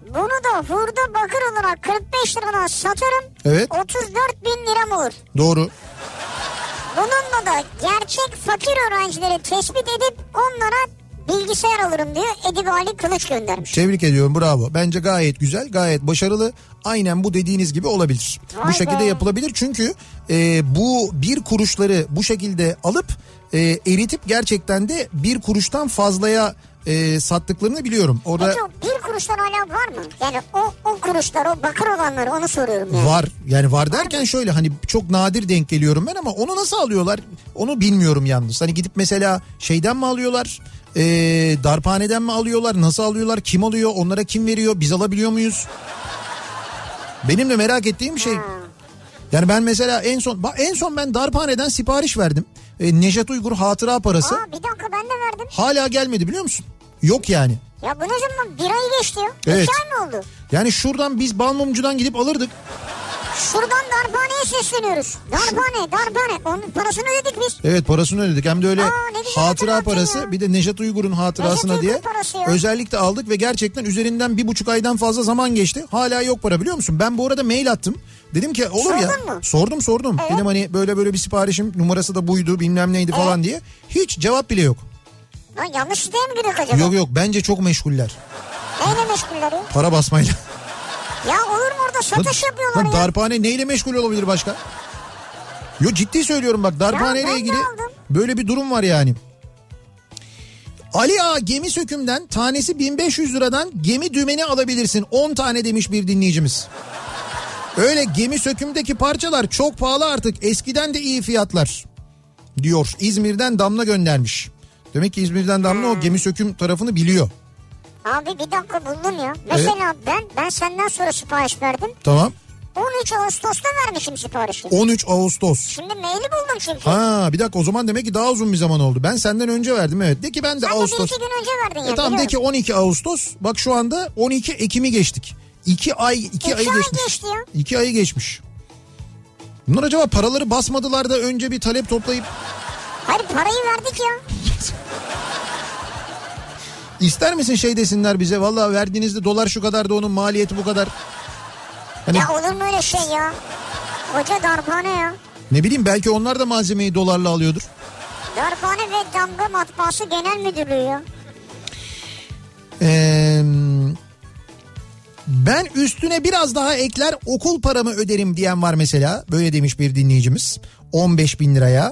Bunu da hurda bakır olarak 45 liradan satarım. Evet. 34 bin liram olur. Doğru. Bununla da gerçek fakir öğrencileri tespit edip onlara bilgisayar alırım diyor. Edip Ali Kılıç göndermiş. Tebrik ediyorum, bravo. Bence gayet güzel, gayet başarılı. Aynen bu dediğiniz gibi olabilir. Vay bu şekilde be. yapılabilir çünkü bu 1 kuruşları bu şekilde alıp eritip gerçekten de 1 kuruştan fazlaya sattıklarını biliyorum. Orada Peki o 1 kuruştan hala var mı? Yani o kuruşlar, o bakır olanları, onu soruyorum yani. var. Yani var derken şöyle, hani çok nadir denk geliyorum ben ama onu nasıl alıyorlar onu bilmiyorum yalnız. Hani gidip mesela şeyden mi alıyorlar? Darphaneden mi alıyorlar? Nasıl alıyorlar? Kim alıyor? Onlara kim veriyor? Biz alabiliyor muyuz? Benim de merak ettiğim bir şey. Yani ben mesela en son ben darphaneden sipariş verdim. Nejat Uygur hatıra parası. Bir dakika, ben de verdim. Hala gelmedi biliyor musun? Yok yani. Ya bu ne zaman? 1 ay geçti ya. Evet. 2 ay mı oldu? Yani şuradan biz Balmumcu'dan gidip alırdık. Şuradan darphaneye sesleniyoruz. Darphane. Onun parasını ödedik biz. Evet, parasını ödedik. Hem de öyle ne güzel hatıra hatırlattın parası ya. bir de Nejat Uygur'un hatırasına Nejat diye Uygur parası ya. özellikle aldık ve gerçekten üzerinden 1,5 aydan fazla zaman geçti. Hala yok para, biliyor musun? Ben bu arada mail attım. Dedim ki olur ya. Sordun mu? Sordum. Dedim hani böyle bir siparişim, numarası da buydu, bilmem neydi falan diye. Hiç cevap bile yok. Lan yanlış siteye mi girdik acaba? Yok bence çok meşguller. Neyle meşguller ya? Para basmayla. Ya olur mu, orada satış yapıyorlar ya. Darphane neyle meşgul olabilir başka? Yo, ciddi söylüyorum bak, darphane ile ben de ilgili aldım. böyle bir durum var yani. Ali Ağa gemi sökümden tanesi 1500 liradan gemi dümeni alabilirsin. 10 tane demiş bir dinleyicimiz. Öyle gemi sökümdeki parçalar çok pahalı artık. Eskiden de iyi fiyatlar diyor. İzmir'den Damla göndermiş. Demek ki İzmir'den Damla o gemi söküm tarafını biliyor. Abi bir dakika, buldum ya. Mesela ben senden sonra sipariş verdim. Tamam. 13 Ağustos'ta vermişim siparişi. 13 Ağustos. Şimdi maili buldum çünkü. Ha bir dakika, o zaman demek ki daha uzun bir zaman oldu. Ben senden önce verdim, evet. De ki ben de Sen Ağustos. Sen de 1-2 gün önce verdin ya. Tamam, de ki 12 Ağustos. Bak şu anda 12 Ekim'i geçtik. 2 ayı geçmiş. geçti ya. 2 ayı geçmiş. Bunlar acaba paraları basmadılar da önce bir talep toplayıp... Hayır, parayı verdik ya. İster misin şey desinler bize, vallahi verdiğinizde dolar şu kadar da onun maliyeti bu kadar. Hani, Ya olur mu öyle şey ya? Koca darphane ya. ne bileyim, belki onlar da malzemeyi dolarla alıyordur. Darphane ve Damga Matbaası Genel Müdürlüğü ya. Ben üstüne biraz daha ekler okul paramı öderim diyen var mesela. Böyle demiş bir dinleyicimiz. 15 bin liraya.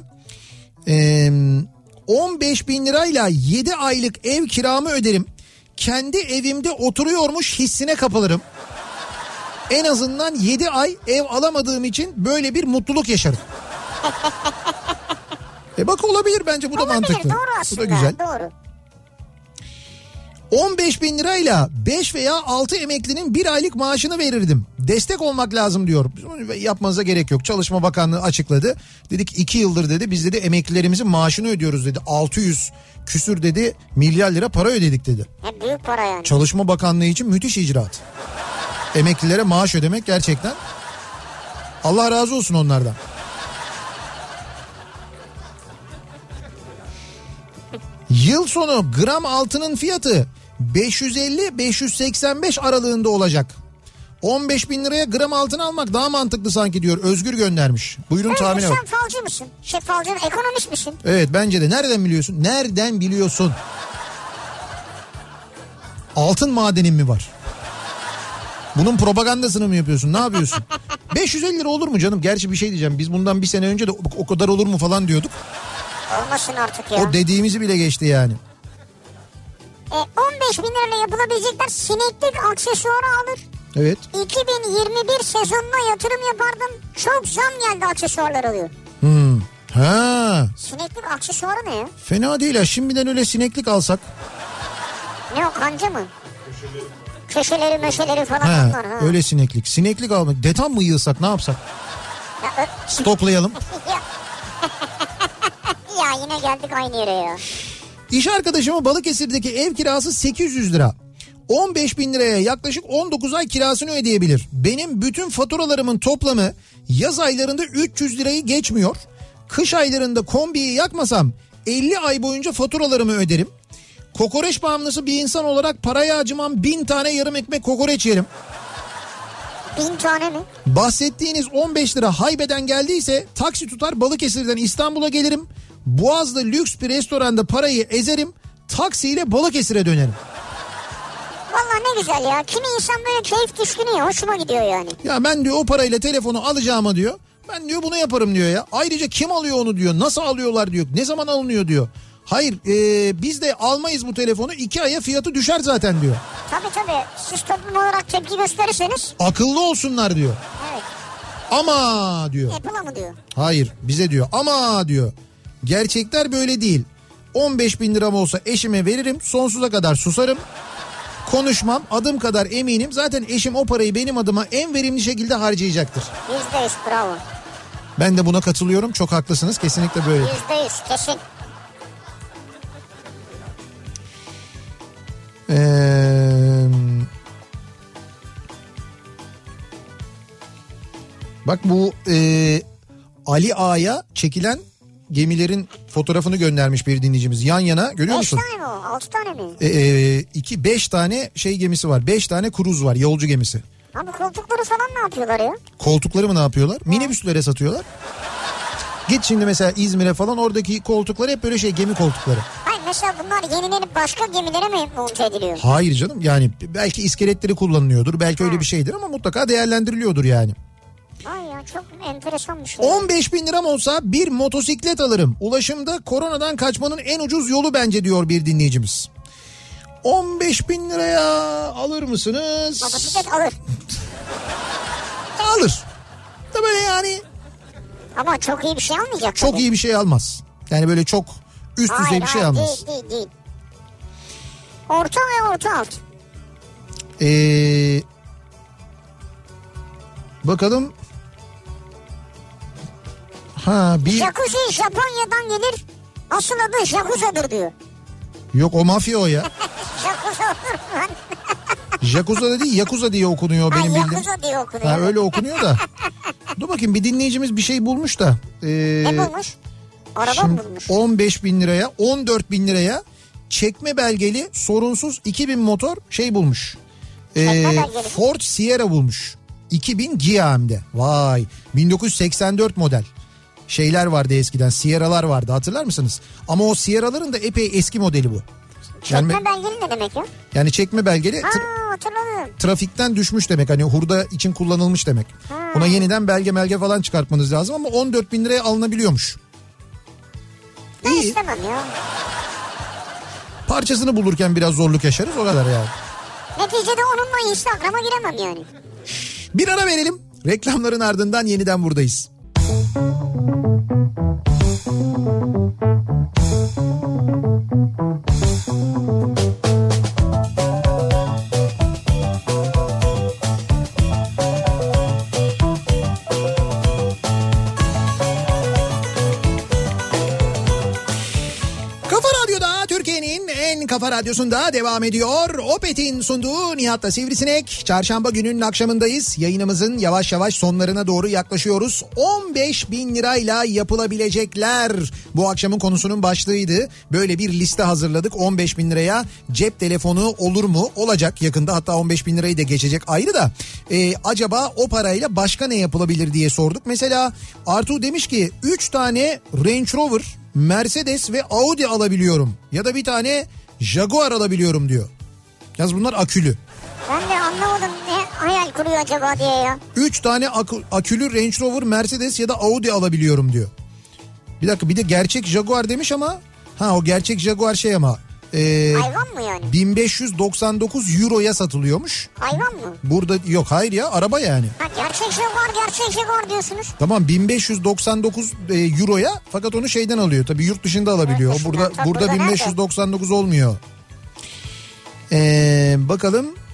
15 bin lirayla 7 aylık ev kiramı öderim. Kendi evimde oturuyormuş hissine kapılırım. En azından 7 ay ev alamadığım için böyle bir mutluluk yaşarım. Bak olabilir, bence bu da Olabilir, mantıklı. doğru aslında. Bu da güzel. Doğru. 15 bin lirayla 5 veya 6 emeklinin 1 aylık maaşını verirdim. Destek olmak lazım diyor. Yapmanıza gerek yok. Çalışma Bakanlığı açıkladı. Dedik 2 yıldır dedi biz dedi emeklilerimizin maaşını ödüyoruz dedi. 600 küsür dedi milyar lira para ödedik dedi. Büyük para yani. Çalışma Bakanlığı için müthiş icraat. Emeklilere maaş ödemek gerçekten. Allah razı olsun onlardan. Yıl sonu gram altının fiyatı 550-585 aralığında olacak. 15 bin liraya gram altın almak daha mantıklı sanki diyor. Özgür göndermiş. Buyurun tahmine bak. Sen falcı mısın? Falcı, ekonomist misin? Evet bence de. Nereden biliyorsun? Nereden biliyorsun? Altın madenin mi var? Bunun propagandasını mı yapıyorsun? Ne yapıyorsun? 550 lira olur mu canım? Gerçi bir şey diyeceğim. Biz bundan bir sene önce de o kadar olur mu falan diyorduk. Olmasın artık ya. O dediğimizi bile geçti yani. 15 bin lirayla yapılabilecekler sineklik aksesuarı alır. Evet. 2021 sezonuna yatırım yapardım. Çok zam geldi, aksesuarlar alıyor. Ha. Sineklik aksesuarı ne ya? Fena değil ha. Şimdiden öyle sineklik alsak. Ne o, kanca mı? Köşeleri meşeleri falan Ha, onlar. Ha. öyle sineklik. Sineklik almak. Detam mı yığsak, ne yapsak? Stoklayalım. Ya yine geldik aynı yere ya. İş arkadaşıma Balıkesir'deki ev kirası 800 lira. 15 bin liraya yaklaşık 19 ay kirasını ödeyebilir. Benim bütün faturalarımın toplamı yaz aylarında 300 lirayı geçmiyor. Kış aylarında kombiyi yakmasam 50 ay boyunca faturalarımı öderim. Kokoreç bağımlısı bir insan olarak paraya acımam, 1000 tane yarım ekmek kokoreç yerim. 1000 tane mi? Bahsettiğiniz 15 lira haybeden geldiyse taksi tutar Balıkesir'den İstanbul'a gelirim. Boğaz'da lüks bir restoranda parayı ezerim. Taksiyle Balıkesir'e dönerim. Vallahi ne güzel ya. Kimi insan böyle keyif düşkünü ya. Hoşuma gidiyor yani. Ya ben diyor o parayla telefonu alacağıma diyor. Ben diyor bunu yaparım diyor ya. Ayrıca kim alıyor onu diyor. Nasıl alıyorlar diyor. Ne zaman alınıyor diyor. Hayır biz de almayız bu telefonu. 2 aya fiyatı düşer zaten diyor. Tabii. Siz toplum olarak tepki gösterirseniz. Akıllı olsunlar diyor. Evet. Ama diyor. Apple'a mı diyor? Hayır bize diyor. Ama diyor. Gerçekler böyle değil. 15 bin liram olsa eşime veririm. Sonsuza kadar susarım. Konuşmam, adım kadar eminim. Zaten eşim o parayı benim adıma en verimli şekilde harcayacaktır. %100 bravo. Ben de buna katılıyorum. Çok haklısınız. Kesinlikle böyle. %100 kesin. Bak bu Ali Ağa'ya çekilen gemilerin fotoğrafını göndermiş bir dinleyicimiz. Yan yana görüyor musun? 5 tane mi o? 6 tane mi? 5 tane şey gemisi var. 5 tane kruz var. Yolcu gemisi. Abi koltukları falan ne yapıyorlar ya? Koltukları mı ne yapıyorlar? Minibüslere satıyorlar. Git şimdi mesela İzmir'e falan, oradaki koltuklar hep böyle gemi koltukları. Hayır mesela bunlar yenilenip başka gemilere mi monte ediliyor? Hayır canım, yani belki iskeletleri kullanılıyordur. Belki öyle bir şeydir ama mutlaka değerlendiriliyordur yani. Ay ya çok enteresan bir şey. 15 bin liram olsa bir motosiklet alırım. Ulaşımda koronadan kaçmanın en ucuz yolu bence diyor bir dinleyicimiz. 15 bin liraya alır mısınız? Motosiklet alır. Alır. Da böyle yani. Ama çok iyi bir şey almayacak. Çok tabii. iyi bir şey almaz. Yani böyle çok üst düzey bir şey almaz. Değil. Orta ve orta alt. Bakalım. Bir... Jacuzzi Japonya'dan gelir. Asıl adı Jacuzzi'dir diyor. Yok o mafya o ya. Jacuzzi olur mu lan? Yakuza da değil, Yakuza diye okunuyor benim bildiğim. Yakuza diye okunuyor. Öyle okunuyor da. Dur bakayım, bir dinleyicimiz bir şey bulmuş da. Ne bulmuş? Araba mı bulmuş? 15 bin liraya, 14 bin liraya çekme belgeli sorunsuz 2000 motor bulmuş. Ford Sierra bulmuş. 2000 GM'de. Vay. 1984 model. Şeyler vardı eskiden, Sierra'lar vardı, hatırlar mısınız? Ama o Sierra'ların da epey eski modeli bu. Çekme belgeli ne demek ya? Yani çekme belgeli hatırladım. Trafikten düşmüş demek, hani hurda için kullanılmış demek. Ona yeniden belge falan çıkartmanız lazım ama 14 bin liraya alınabiliyormuş. Ben istemem ya. Parçasını bulurken biraz zorluk yaşarız, o kadar yani. Neticede onunla Instagram'a giremem yani. Bir ara verelim. Reklamların ardından yeniden buradayız. Kafa Radyosu'nda devam ediyor. Opet'in sunduğu Nihat'la Sivrisinek. Çarşamba gününün akşamındayız. Yayınımızın yavaş yavaş sonlarına doğru yaklaşıyoruz. 15 bin lirayla yapılabilecekler. Bu akşamın konusunun başlığıydı. Böyle bir liste hazırladık. 15 bin liraya cep telefonu olur mu? Olacak yakında, hatta 15 bin lirayı da geçecek ayrı da. Acaba o parayla başka ne yapılabilir diye sorduk. Mesela Artu demiş ki 3 tane Range Rover, Mercedes ve Audi alabiliyorum. Ya da bir tane Jaguar alabiliyorum diyor. Yalnız bunlar akülü. Ben de anlamadım, ne hayal kuruyor acaba diye ya. 3 tane akülü Range Rover, Mercedes ya da Audi alabiliyorum diyor. Bir dakika, bir de gerçek Jaguar demiş ama. O gerçek Jaguar ama. Hayvan mı yani? 1599 euroya satılıyormuş. Hayvan mı? Burada yok, hayır ya, araba yani. Gerçek Jaguar diyorsunuz. Tamam, 1599 euroya, fakat onu şeyden alıyor tabii, yurt dışında alabiliyor. Burada 1599 olmuyor. Bakalım.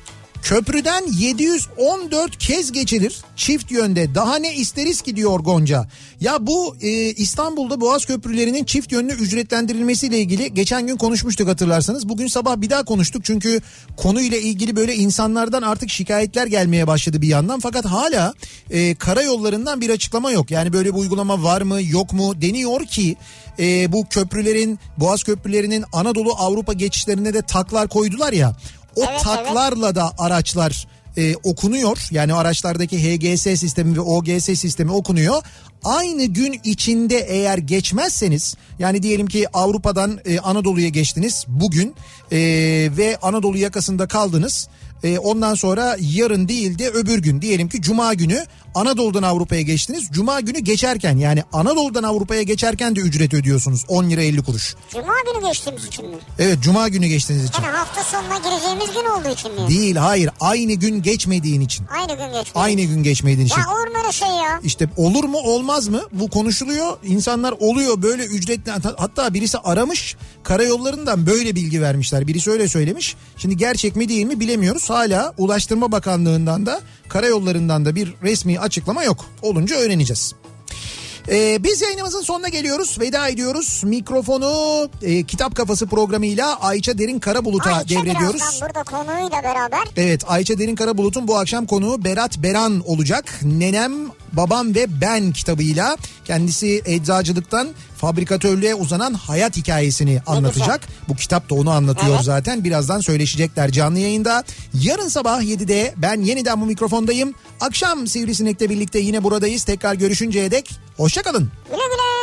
Köprüden 714 kez geçilir çift yönde. Daha ne isteriz ki diyor Gonca. Ya bu İstanbul'da Boğaz köprülerinin çift yönlü ücretlendirilmesiyle ilgili geçen gün konuşmuştuk hatırlarsanız. Bugün sabah bir daha konuştuk çünkü konuyla ilgili böyle insanlardan artık şikayetler gelmeye başladı bir yandan. Fakat hala karayollarından bir açıklama yok. Yani böyle bir uygulama var mı yok mu deniyor ki bu köprülerin, Boğaz köprülerinin Anadolu Avrupa geçişlerine de taklar koydular ya. O taklarla da araçlar okunuyor. Yani araçlardaki HGS sistemi ve OGS sistemi okunuyor. Aynı gün içinde eğer geçmezseniz, yani diyelim ki Avrupa'dan Anadolu'ya geçtiniz bugün ve Anadolu yakasında kaldınız. Ondan sonra yarın değil de öbür gün, diyelim ki Cuma günü Anadolu'dan Avrupa'ya geçtiniz. Cuma günü geçerken, yani Anadolu'dan Avrupa'ya geçerken de ücret ödüyorsunuz. 10 lira 50 kuruş. Cuma günü geçtiğimiz için mi? Evet, Cuma günü geçtiğiniz için. Yani hafta sonuna gireceğimiz gün olduğu için mi? Değil, hayır, aynı gün geçmediğin için. Aynı gün geçmediğin için. Ya olur mu öyle şey ya? İşte olur mu olmaz mı? Bu konuşuluyor. İnsanlar oluyor böyle ücretli. Hatta birisi aramış, karayollarından böyle bilgi vermişler. Birisi öyle söylemiş. Şimdi gerçek mi değil mi bilemiyoruz. Hala Ulaştırma Bakanlığı'ndan da karayollarından da bir resmi açıklama yok. Olunca öğreneceğiz. Biz yayınımızın sonuna geliyoruz. Veda ediyoruz. Mikrofonu Kitap Kafası programıyla Ayça Derin Karabulut'a devrediyoruz. Ayça burada konuğuyla beraber. Evet, Ayça Derin Karabulut'un bu akşam konuğu Berat Beran olacak. Nenem, Babam ve Ben kitabıyla kendisi eczacılıktan fabrikatörlüğe uzanan hayat hikayesini anlatacak. Bu kitap da onu anlatıyor zaten. Birazdan söyleşecekler canlı yayında. Yarın sabah 7'de ben yeniden bu mikrofondayım. Akşam Sivrisinek'le birlikte yine buradayız. Tekrar görüşünceye dek hoşça kalın. Güle güle.